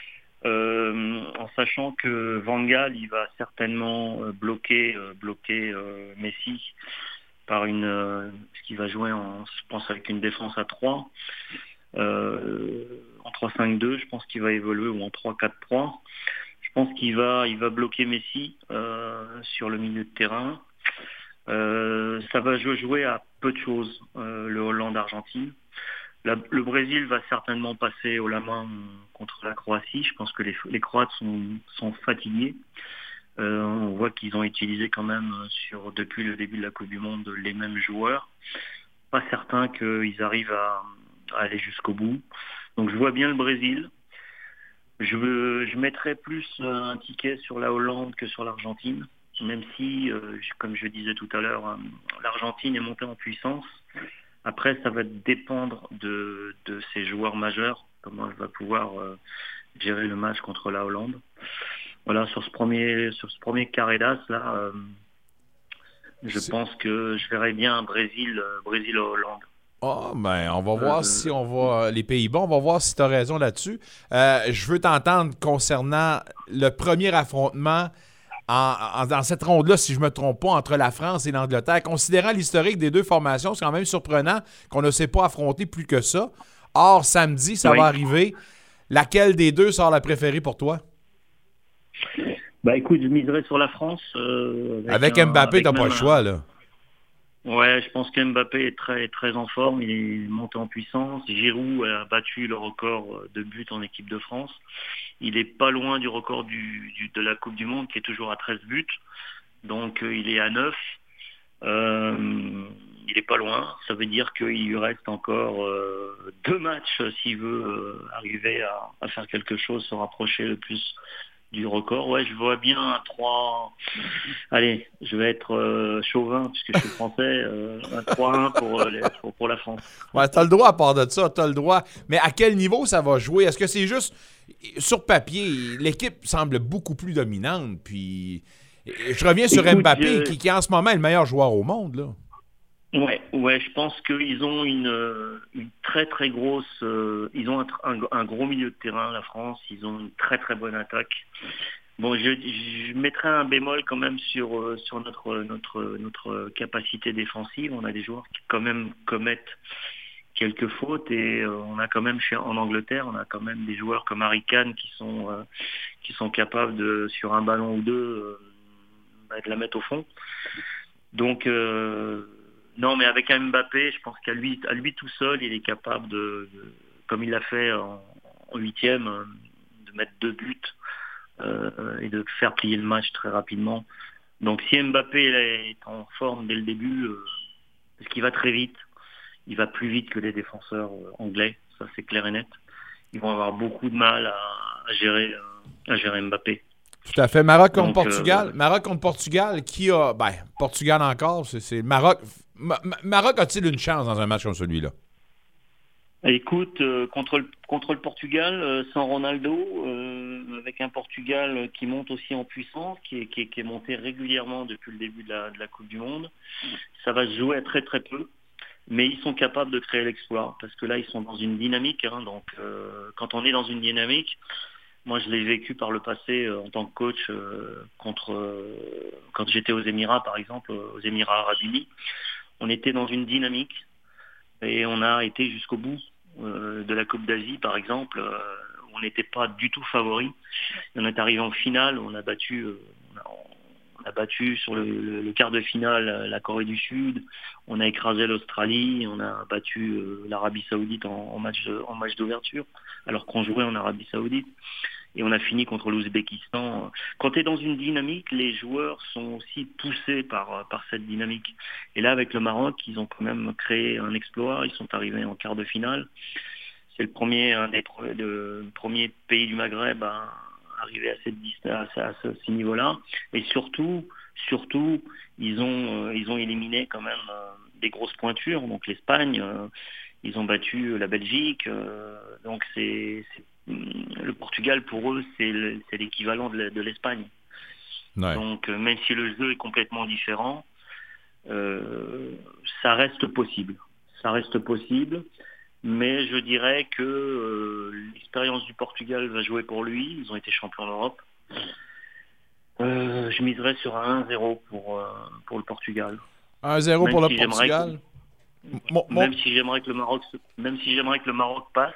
en sachant que Van Gaal, il va certainement bloquer Messi par ce qui va jouer je pense avec une défense à 3, en 3-5-2, je pense qu'il va évoluer, ou en 3-4-3. Je pense qu'il va bloquer Messi sur le milieu de terrain. Ça va jouer à peu de choses, le Hollande-Argentine. Le Brésil va certainement passer haut la main contre la Croatie. Je pense que les Croates sont fatigués. On voit qu'ils ont utilisé quand même depuis le début de la Coupe du Monde les mêmes joueurs. Pas certain qu'ils arrivent à aller jusqu'au bout. Donc je vois bien le Brésil. Je mettrais plus un ticket sur la Hollande que sur l'Argentine. même si, comme je disais tout à l'heure, l'Argentine est montée en puissance. Après, ça va dépendre de ses joueurs majeurs, comment elle va pouvoir gérer le match contre la Hollande. Voilà, sur ce premier carré d'as, là, je pense que je verrais bien Brésil-Hollande. Ah, ben, on va voir si on va... Les Pays-Bas, on va voir si tu as raison là-dessus. Je veux t'entendre concernant le premier affrontement dans cette ronde-là, si je ne me trompe pas, entre la France et l'Angleterre. Considérant l'historique des deux formations, c'est quand même surprenant qu'on ne s'est pas affronté plus que ça. Or, samedi, ça va arriver. Laquelle des deux sort la préférée pour toi? Bah écoute, je miserais sur la France. Avec Mbappé, tu n'as pas le choix, là. Ouais, je pense qu'Mbappé est très, très en forme. Il est monté en puissance. Giroud a battu le record de buts en équipe de France. Il est pas loin du record de la Coupe du Monde, qui est toujours à 13 buts. Donc, il est à 9. Il est pas loin. Ça veut dire qu'il lui reste encore 2 matchs s'il veut arriver à faire quelque chose, se rapprocher le plus du record. Ouais, je vois bien un 3... Allez, je vais être chauvin puisque je suis français. Un 3-1 pour la France. Ouais, t'as le droit à part de ça, t'as le droit. Mais à quel niveau ça va jouer? Est-ce que c'est juste... Sur papier, l'équipe semble beaucoup plus dominante. Puis je reviens sur Mbappé, qui en ce moment est le meilleur joueur au monde, là. Ouais, je pense qu'ils ont une très très grosse... ils ont un gros milieu de terrain, la France. Ils ont une très très bonne attaque. Bon, je mettrais un bémol quand même sur notre capacité défensive. On a des joueurs qui quand même commettent quelques fautes et on a quand même en Angleterre, on a quand même des joueurs comme Harry Kane qui sont capables de, sur un ballon ou deux, de la mettre au fond. Donc non, mais avec un Mbappé, je pense qu'à lui tout seul, il est capable de comme il l'a fait en 8e, de mettre 2 buts et de faire plier le match très rapidement. Donc si Mbappé est en forme dès le début, parce qu'il va très vite, il va plus vite que les défenseurs anglais, ça c'est clair et net. Ils vont avoir beaucoup de mal à gérer Mbappé. Tout à fait. Maroc contre Portugal. Maroc contre Portugal, qui a... Ben, Portugal encore, c'est Maroc. Maroc a-t-il une chance dans un match comme celui-là? Écoute, contre le Portugal, sans Ronaldo, avec un Portugal qui monte aussi en puissance, qui est monté régulièrement depuis le début de la Coupe du Monde, ça va se jouer à très très peu. Mais ils sont capables de créer l'exploit, parce que là, ils sont dans une dynamique. Donc, quand on est dans une dynamique, moi, je l'ai vécu par le passé en tant que coach quand j'étais aux Émirats, par exemple, aux Émirats Arabes Unis. On était dans une dynamique et on a été jusqu'au bout de la Coupe d'Asie, par exemple. On n'était pas du tout favori. On est arrivé en finale, on a battu sur le quart de finale la Corée du Sud, on a écrasé l'Australie, on a battu l'Arabie Saoudite en match d'ouverture, alors qu'on jouait en Arabie Saoudite. Et on a fini contre l'Ouzbékistan. Quand tu es dans une dynamique, les joueurs sont aussi poussés par cette dynamique. Et là, avec le Maroc, ils ont quand même créé un exploit. Ils sont arrivés en quart de finale. C'est le premier pays du Maghreb à arriver à ce niveau-là. Et surtout, ils ont éliminé quand même des grosses pointures. Donc l'Espagne, ils ont battu la Belgique. Donc le Portugal, pour eux, c'est l'équivalent de l'Espagne. Ouais. Donc, même si le jeu est complètement différent, ça reste possible. Mais je dirais que l'expérience du Portugal va jouer pour lui. Ils ont été champions d'Europe. Je miserais sur un 1-0 pour le Portugal. 1-0 pour le Portugal. Même si j'aimerais que le Maroc passe.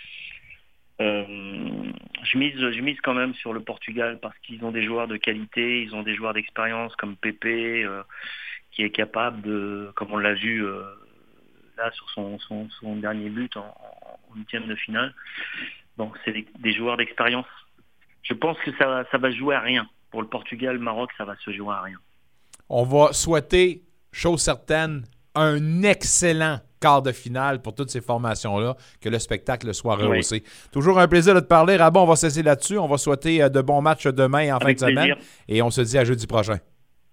Je mise quand même sur le Portugal parce qu'ils ont des joueurs de qualité, ils ont des joueurs d'expérience comme Pépé qui est capable de, comme on l'a vu là sur son dernier but en 8e de finale. Donc c'est des joueurs d'expérience. Je pense que ça va se jouer à rien. Pour le Portugal-Maroc, ça va se jouer à rien. On va souhaiter, chose certaine, un excellent quart de finale pour toutes ces formations-là, que le spectacle soit rehaussé. Oui. Toujours un plaisir de te parler. Rabon, on va cesser là-dessus. On va souhaiter de bons matchs demain et en fin de semaine. Et on se dit à jeudi prochain.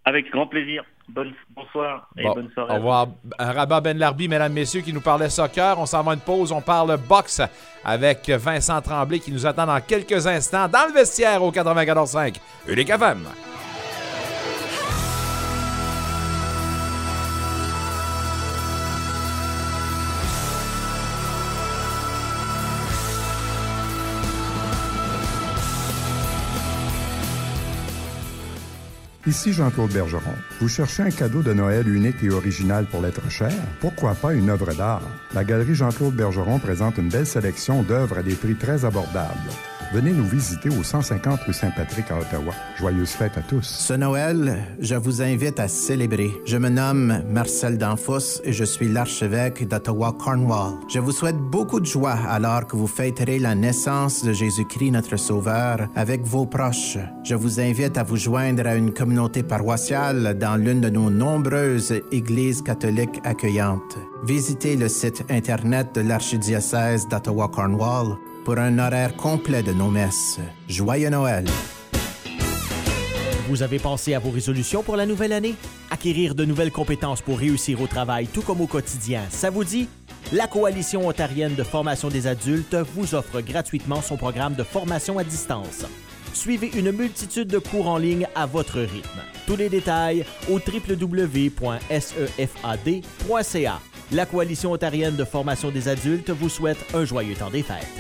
Avec grand plaisir. Bonsoir et bonne soirée. Au revoir. Rabat Benlarbi, mesdames, messieurs, qui nous parlait soccer. On s'en va une pause. On parle boxe avec Vincent Tremblay qui nous attend dans quelques instants dans le vestiaire au 94.5 Unique FM. Ici Jean-Claude Bergeron. Vous cherchez un cadeau de Noël unique et original pour l'être cher? Pourquoi pas une œuvre d'art? La Galerie Jean-Claude Bergeron présente une belle sélection d'œuvres à des prix très abordables. Venez nous visiter au 150 rue Saint-Patrick à Ottawa. Joyeuses fêtes à tous. Ce Noël, je vous invite à célébrer. Je me nomme Marcel Danfous et je suis l'archevêque d'Ottawa-Cornwall. Je vous souhaite beaucoup de joie alors que vous fêterez la naissance de Jésus-Christ notre Sauveur avec vos proches. Je vous invite à vous joindre à une communauté paroissiale dans l'une de nos nombreuses églises catholiques accueillantes. Visitez le site Internet de l'archidiocèse d'Ottawa-Cornwall pour un horaire complet de nos messes. Joyeux Noël! Vous avez pensé à vos résolutions pour la nouvelle année? Acquérir de nouvelles compétences pour réussir au travail tout comme au quotidien, ça vous dit? La Coalition ontarienne de formation des adultes vous offre gratuitement son programme de formation à distance. Suivez une multitude de cours en ligne à votre rythme. Tous les détails au www.sefad.ca. La Coalition ontarienne de formation des adultes vous souhaite un joyeux temps des fêtes.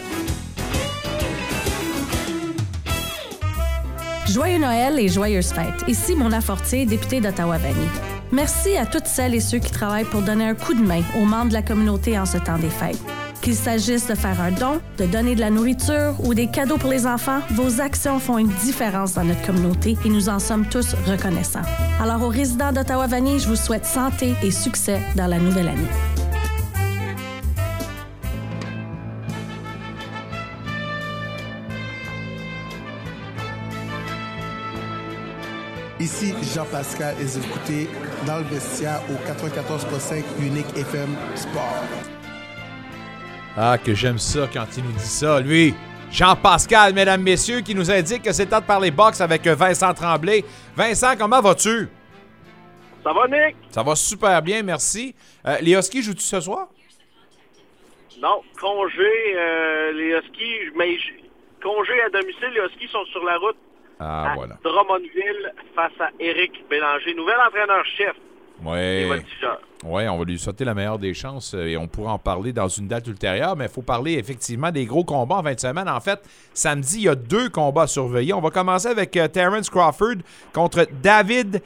Joyeux Noël et joyeuses fêtes. Ici Mona Fortier, députée d'Ottawa-Vanier. Merci à toutes celles et ceux qui travaillent pour donner un coup de main aux membres de la communauté en ce temps des fêtes. Qu'il s'agisse de faire un don, de donner de la nourriture ou des cadeaux pour les enfants, vos actions font une différence dans notre communauté et nous en sommes tous reconnaissants. Alors aux résidents d'Ottawa-Vanier, je vous souhaite santé et succès dans la nouvelle année. Ici Jean-Pascal et vous écoutez dans le vestiaire au 94.5 Unique FM Sport. Ah, que j'aime ça quand il nous dit ça, lui. Jean-Pascal, mesdames, messieurs, qui nous indique que c'est temps de parler boxe avec Vincent Tremblay. Vincent, comment vas-tu? Ça va, Nick? Ça va super bien, merci. Les Huskies jouent-tu ce soir? Non, congé, les Huskies, mais congé à domicile, les Huskies sont sur la route à Drummondville face à Éric Bélanger, nouvel entraîneur-chef des Voltigeurs. Oui, on va lui souhaiter la meilleure des chances et on pourra en parler dans une date ultérieure, mais il faut parler effectivement des gros combats en fin de semaine. En fait, samedi, il y a 2 combats à surveiller. On va commencer avec Terence Crawford contre David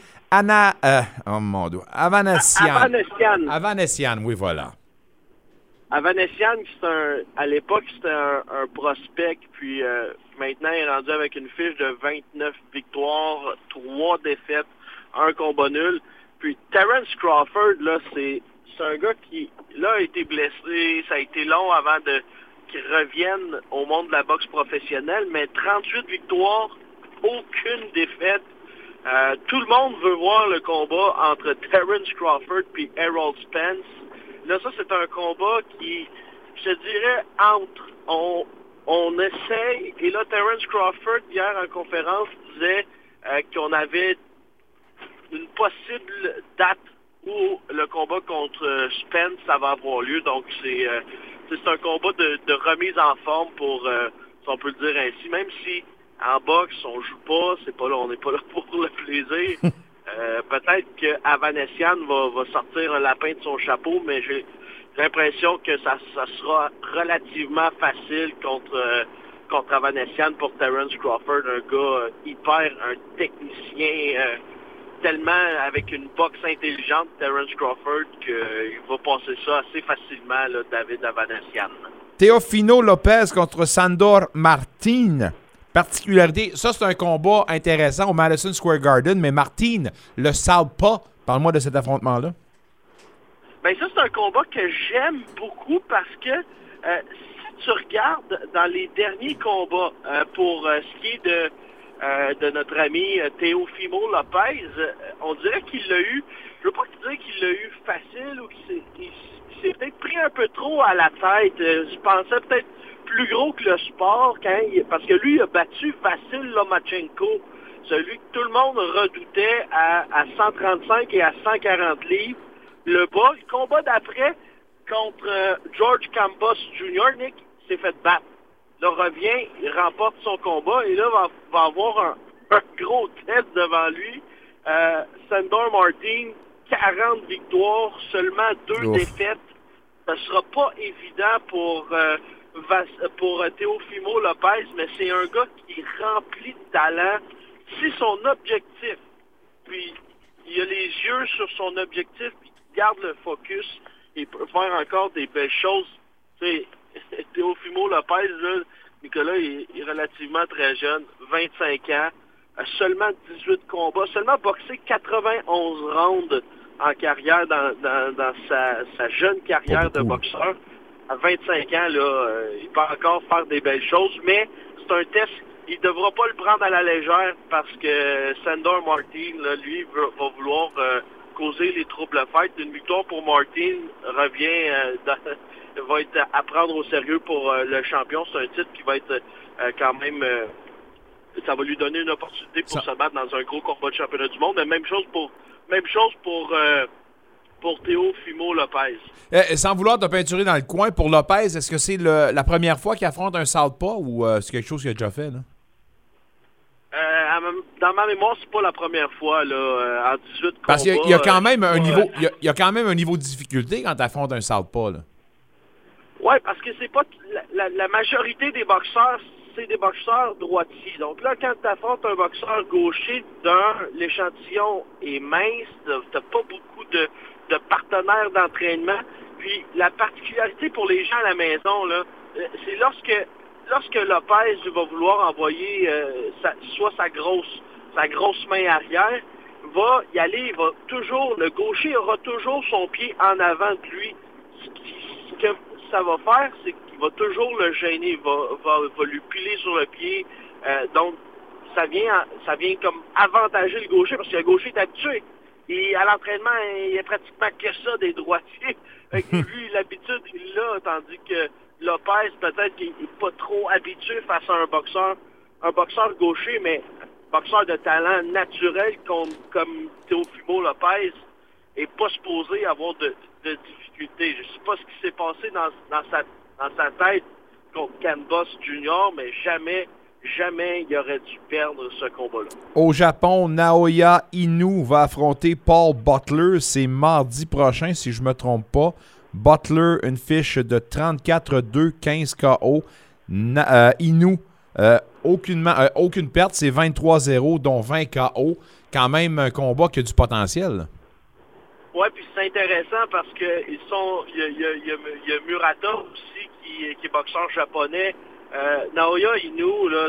Avanesian, oui, voilà. Avanesian, à l'époque, c'était un prospect, puis maintenant, il est rendu avec une fiche de 29 victoires, 3 défaites, 1 combat nul. Puis Terence Crawford, là, c'est un gars qui, là, a été blessé. Ça a été long avant qu'il revienne au monde de la boxe professionnelle, mais 38 victoires, aucune défaite. Tout le monde veut voir le combat entre Terence Crawford puis Errol Spence. Là, ça, c'est un combat qui, je dirais, on essaye. Et là, Terence Crawford, hier en conférence, disait qu'on avait une possible date où le combat contre Spence, ça va avoir lieu. Donc, c'est un combat de remise en forme pour, si on peut le dire ainsi. Même si, en boxe, on joue pas, on n'est pas là pour le plaisir. Peut-être qu'Avanesian va sortir un lapin de son chapeau, mais j'ai l'impression que ça sera relativement facile contre Avanesian pour Terence Crawford, un gars un technicien tellement avec une boxe intelligente, Terence Crawford, qu'il va passer ça assez facilement, là, David Avanesian. Teofimo Lopez contre Sandor Martin. Particularité, ça c'est un combat intéressant au Madison Square Garden, mais Martin le sale pas. Parle-moi de cet affrontement-là. Ben ça c'est un combat que j'aime beaucoup parce que si tu regardes dans les derniers combats pour ce qui est de notre ami Teofimo Lopez, on dirait qu'il l'a eu, je veux pas dire qu'il l'a eu facile ou qu'il s'est peut-être pris un peu trop à la tête. Je pensais peut-être plus gros que le sport parce que lui il a battu facile Lomachenko celui que tout le monde redoutait à 135 et à 140 livres, le combat d'après contre George Cambos Jr., Nick, s'est fait battre. Là, revient, il remporte son combat et là, va avoir un gros test devant lui. Sandor Martin, 40 victoires, seulement 2 défaites. Ce sera pas évident pour Teofimo Lopez, mais c'est un gars qui est rempli de talent. Si son objectif, puis il a les yeux sur son objectif, puis il garde le focus, il peut faire encore des belles choses. Tu sais, Teofimo Lopez, là, Nicolas, il est relativement très jeune, 25 ans, seulement 18 combats, seulement boxé 91 rounds en carrière, dans sa jeune carrière de boxeur. À 25 ans, là, il peut encore faire des belles choses, mais c'est un test, il ne devra pas le prendre à la légère parce que Sandor Martin, là, lui, va vouloir causer les troubles fêtes. Une victoire pour Martin revient va être à prendre au sérieux pour le champion. C'est un titre qui va être quand même... ça va lui donner une opportunité pour se battre dans un gros combat de championnat du monde. Mais même chose pour Teofimo Lopez. Sans vouloir te peinturer dans le coin, pour Lopez, est-ce que c'est la première fois qu'il affronte un southpaw ou c'est quelque chose qu'il a déjà fait, là? Dans ma mémoire, c'est pas la première fois, là, en 18 combats. Parce qu'il y a quand même un niveau, il y a quand même un niveau de difficulté quand tu affrontes un southpaw, là. Oui, parce que c'est pas la majorité des boxeurs, c'est des boxeurs droitiers. Donc là, quand tu affrontes un boxeur gaucher, l'échantillon est mince, t'as pas beaucoup de partenaires d'entraînement. Puis la particularité pour les gens à la maison, là, c'est lorsque Lopez va vouloir envoyer soit sa grosse main arrière, va y aller, le gaucher aura toujours son pied en avant de lui. Ce que ça va faire, c'est qu'il va toujours le gêner, va lui piler sur le pied. Donc, ça vient comme avantager le gaucher, parce que le gaucher est habitué. Et à l'entraînement, il y a pratiquement que ça des droitiers. Lui, l'habitude, il l'a, tandis que Lopez, peut-être qu'il n'est pas trop habitué face à un boxeur gaucher, mais un boxeur de talent naturel comme Teofimo Lopez n'est pas supposé avoir de difficultés. Je ne sais pas ce qui s'est passé dans sa tête contre Cambos Jr., mais jamais il aurait dû perdre ce combat-là. Au Japon, Naoya Inoue va affronter Paul Butler. C'est mardi prochain, si je ne me trompe pas. Butler, une fiche de 34-2, 15 KO. Inoue, aucune perte, c'est 23-0, dont 20 KO. Quand même un combat qui a du potentiel. Oui, puis c'est intéressant parce que il y a Murata aussi qui est boxeur japonais. Naoya Inoue, là,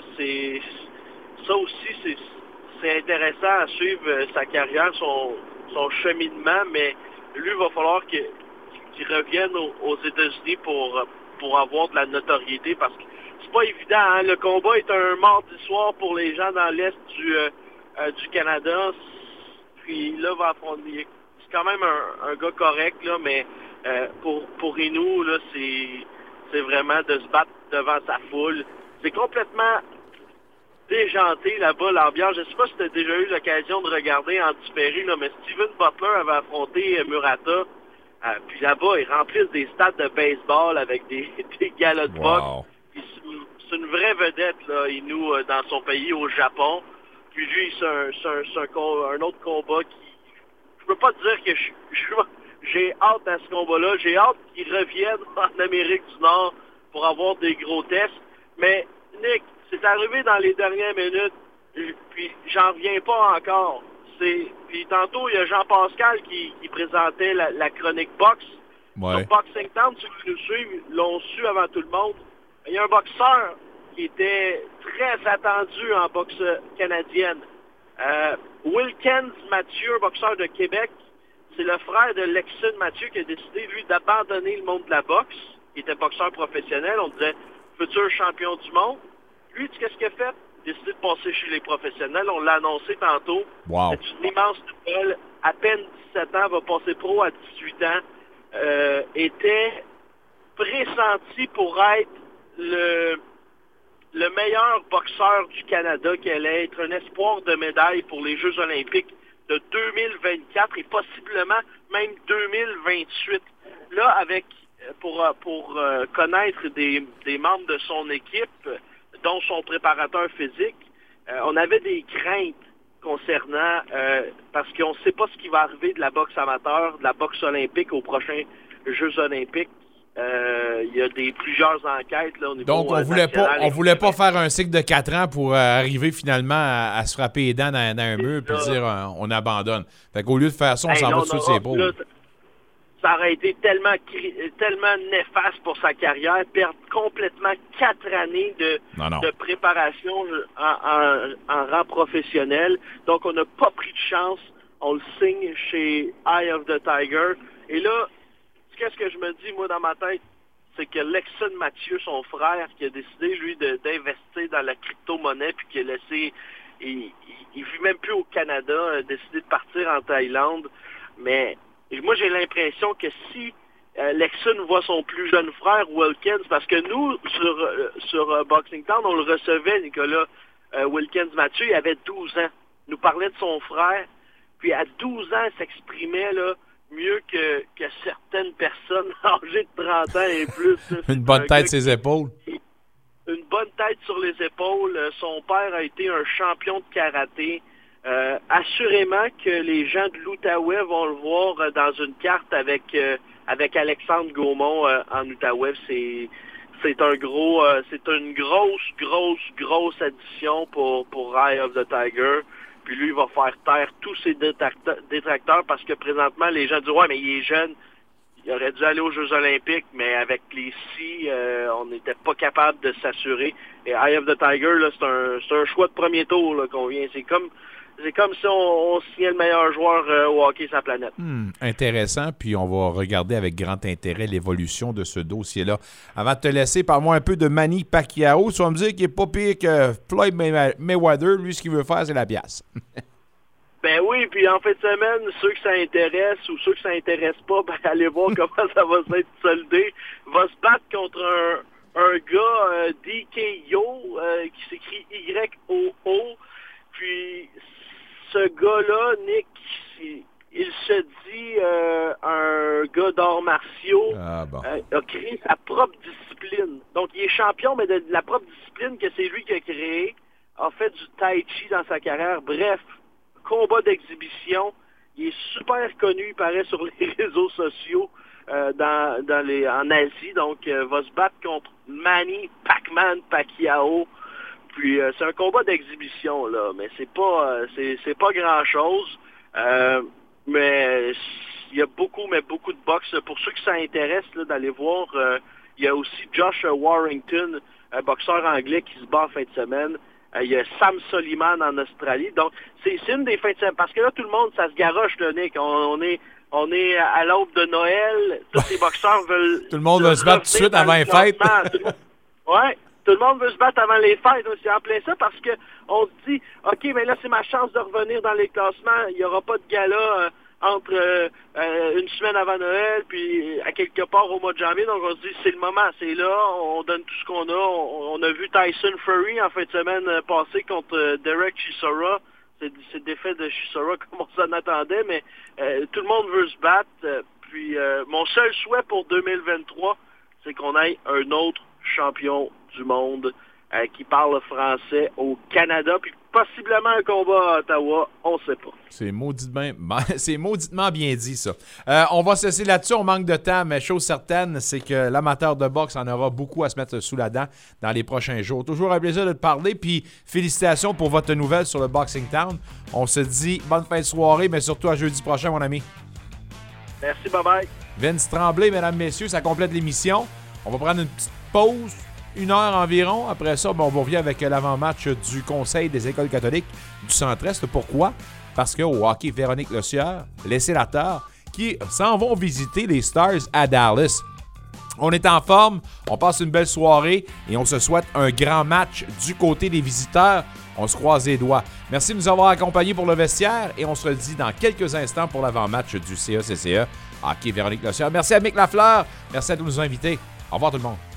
ça aussi, c'est intéressant à suivre sa carrière, son cheminement, mais lui, il va falloir qu'il revienne aux États-Unis pour avoir de la notoriété, parce que c'est pas évident, hein? Le combat est un mardi soir pour les gens dans l'Est du Canada, puis là, c'est quand même un gars correct, là, mais pour Inoue, là, c'est vraiment de se battre devant sa foule. C'est complètement déjanté là-bas, l'ambiance. Je ne sais pas si tu as déjà eu l'occasion de regarder en différé, là, mais Steven Butler avait affronté Murata. Puis là-bas, ils remplissent des stades de baseball avec des galas de boxe. C'est une vraie vedette, là, Inoue, dans son pays, au Japon. Puis lui, c'est un autre combat qui... Je peux pas te dire que j'ai hâte à ce combat-là. J'ai hâte qu'il revienne en Amérique du Nord pour avoir des gros tests. Mais, Nick, c'est arrivé dans les dernières minutes, puis j'en reviens pas encore. Puis tantôt, il y a Jean-Pascal qui présentait la chronique boxe. Ouais. Sur Boxing Town, ceux qui nous suivent l'ont su avant tout le monde. Il y a un boxeur qui était très attendu en boxe canadienne. Wilkins Mathieu, boxeur de Québec, c'est le frère de Lexon Mathieu qui a décidé, lui, d'abandonner le monde de la boxe. Il était boxeur professionnel, on disait futur champion du monde. Lui, tu sais qu'est-ce qu'il a fait? Il a décidé de passer chez les professionnels. On l'a annoncé tantôt. Wow. C'est une immense nouvelle. À peine 17 ans, va passer pro à 18 ans. Était pressenti pour être le meilleur boxeur du Canada qui allait être un espoir de médaille pour les Jeux olympiques de 2024 et possiblement même 2028. Là, avec pour connaître des membres de son équipe, dont son préparateur physique, on avait des craintes concernant, parce qu'on ne sait pas ce qui va arriver de la boxe amateur, de la boxe olympique aux prochains Jeux olympiques. Il y a plusieurs enquêtes là, au niveau donc, on voulait pas faire un cycle de 4 ans pour arriver finalement à se frapper les dents dans un mur et dire on abandonne. Fait qu'au lieu de faire ça, on s'en va dessus de ses épaules. Ça aurait été tellement néfaste pour sa carrière, perdre complètement 4 années de préparation en rang professionnel. Donc, on n'a pas pris de chance. On le signe chez Eye of the Tiger. Et là, qu'est-ce que je me dis, moi, dans ma tête? C'est que Lexon Mathieu, son frère, qui a décidé, lui, d'investir dans la crypto-monnaie, puis qui a laissé... Il vit même plus au Canada, a décidé de partir en Thaïlande. Mais moi, j'ai l'impression que si Lexon voit son plus jeune frère, Wilkins, parce que nous, sur Boxing Town, on le recevait, Nicolas Wilkins Mathieu, il avait 12 ans. Il nous parlait de son frère, puis à 12 ans, il s'exprimait, là, mieux que certaines personnes âgées de 30 ans et plus. Une bonne tête sur ses épaules. Une bonne tête sur les épaules. Son père a été un champion de karaté. Assurément que les gens de l'Outaouais vont le voir dans une carte avec Alexandre Gaumont en Outaouais. C'est une grosse addition pour Eye of the Tiger. Puis lui, il va faire taire tous ses détracteurs parce que présentement, les gens disent « Ouais, mais il est jeune, il aurait dû aller aux Jeux olympiques, mais avec les si, on n'était pas capable de s'assurer. » Et Eye of the Tiger, là, c'est un choix de premier tour là, qu'on vient. C'est comme si on signait le meilleur joueur au hockey sur la planète. Intéressant, puis on va regarder avec grand intérêt l'évolution de ce dossier-là. Avant de te laisser, parle-moi un peu de Manny Pacquiao. Tu vas me dire qu'il n'est pas pire que Floyd Mayweather. Lui, ce qu'il veut faire, c'est la pièce. Ben oui, puis en fin de semaine, ceux que ça intéresse ou ceux que ça intéresse pas, ben allez voir comment ça va s'être soldé. Va se battre contre un gars, DKO, qui s'écrit Y-O-O. Puis ce gars-là, Nick, il se dit un gars d'arts martiaux, a créé sa propre discipline. Donc, il est champion, mais de la propre discipline que c'est lui qui a créée, a fait du tai chi dans sa carrière. Bref, combat d'exhibition. Il est super connu, il paraît, sur les réseaux sociaux en Asie. Donc, va se battre contre Manny Pacquiao. Puis c'est un combat d'exhibition, là, mais c'est pas grand-chose. Mais il y a beaucoup de boxe. Pour ceux qui ça intéresse là, d'aller voir, il y a aussi Josh Warrington, un boxeur anglais qui se bat en fin de semaine. Il y a Sam Soliman en Australie. Donc, c'est une des fins de semaine. Parce que là, tout le monde, ça se garoche, là, Nick. On est à l'aube de Noël. Tous les boxeurs veulent... Tout le monde veut se battre tout de suite avant les fêtes. Ouais. Tout le monde veut se battre avant les fêtes. C'est en plein ça parce que on se dit, OK, mais là, c'est ma chance de revenir dans les classements. Il n'y aura pas de gala entre une semaine avant Noël puis à quelque part au mois de janvier. Donc, on se dit, c'est le moment, c'est là. On donne tout ce qu'on a. On a vu Tyson Fury en fin de semaine passée contre Derek Chisora. C'est défait de Chisora comme on s'en attendait, mais tout le monde veut se battre. Puis, mon seul souhait pour 2023, c'est qu'on ait un autre champion du monde qui parle français au Canada, puis possiblement un combat à Ottawa, on ne sait pas. C'est mauditement bien dit, ça. On va se laisser là-dessus, on manque de temps, mais chose certaine, c'est que l'amateur de boxe en aura beaucoup à se mettre sous la dent dans les prochains jours. Toujours un plaisir de te parler, puis félicitations pour votre nouvelle sur le Boxing Town. On se dit bonne fin de soirée, mais surtout à jeudi prochain, mon ami. Merci, bye-bye. Vince Tremblay, mesdames, messieurs, ça complète l'émission. On va prendre une petite pause, 1 heure environ. Après ça, on revient avec l'avant-match du Conseil des écoles catholiques du Centre-Est. Pourquoi? Parce qu'au hockey, Véronique Lecieur, les sénateurs, qui s'en vont visiter les Stars à Dallas. On est en forme, on passe une belle soirée et on se souhaite un grand match du côté des visiteurs. On se croise les doigts. Merci de nous avoir accompagnés pour le vestiaire et on se dit dans quelques instants pour l'avant-match du CACCE. Hockey, Véronique Lecieur. Merci à Mick Lafleur. Merci à tous nos invités. Au revoir tout le monde.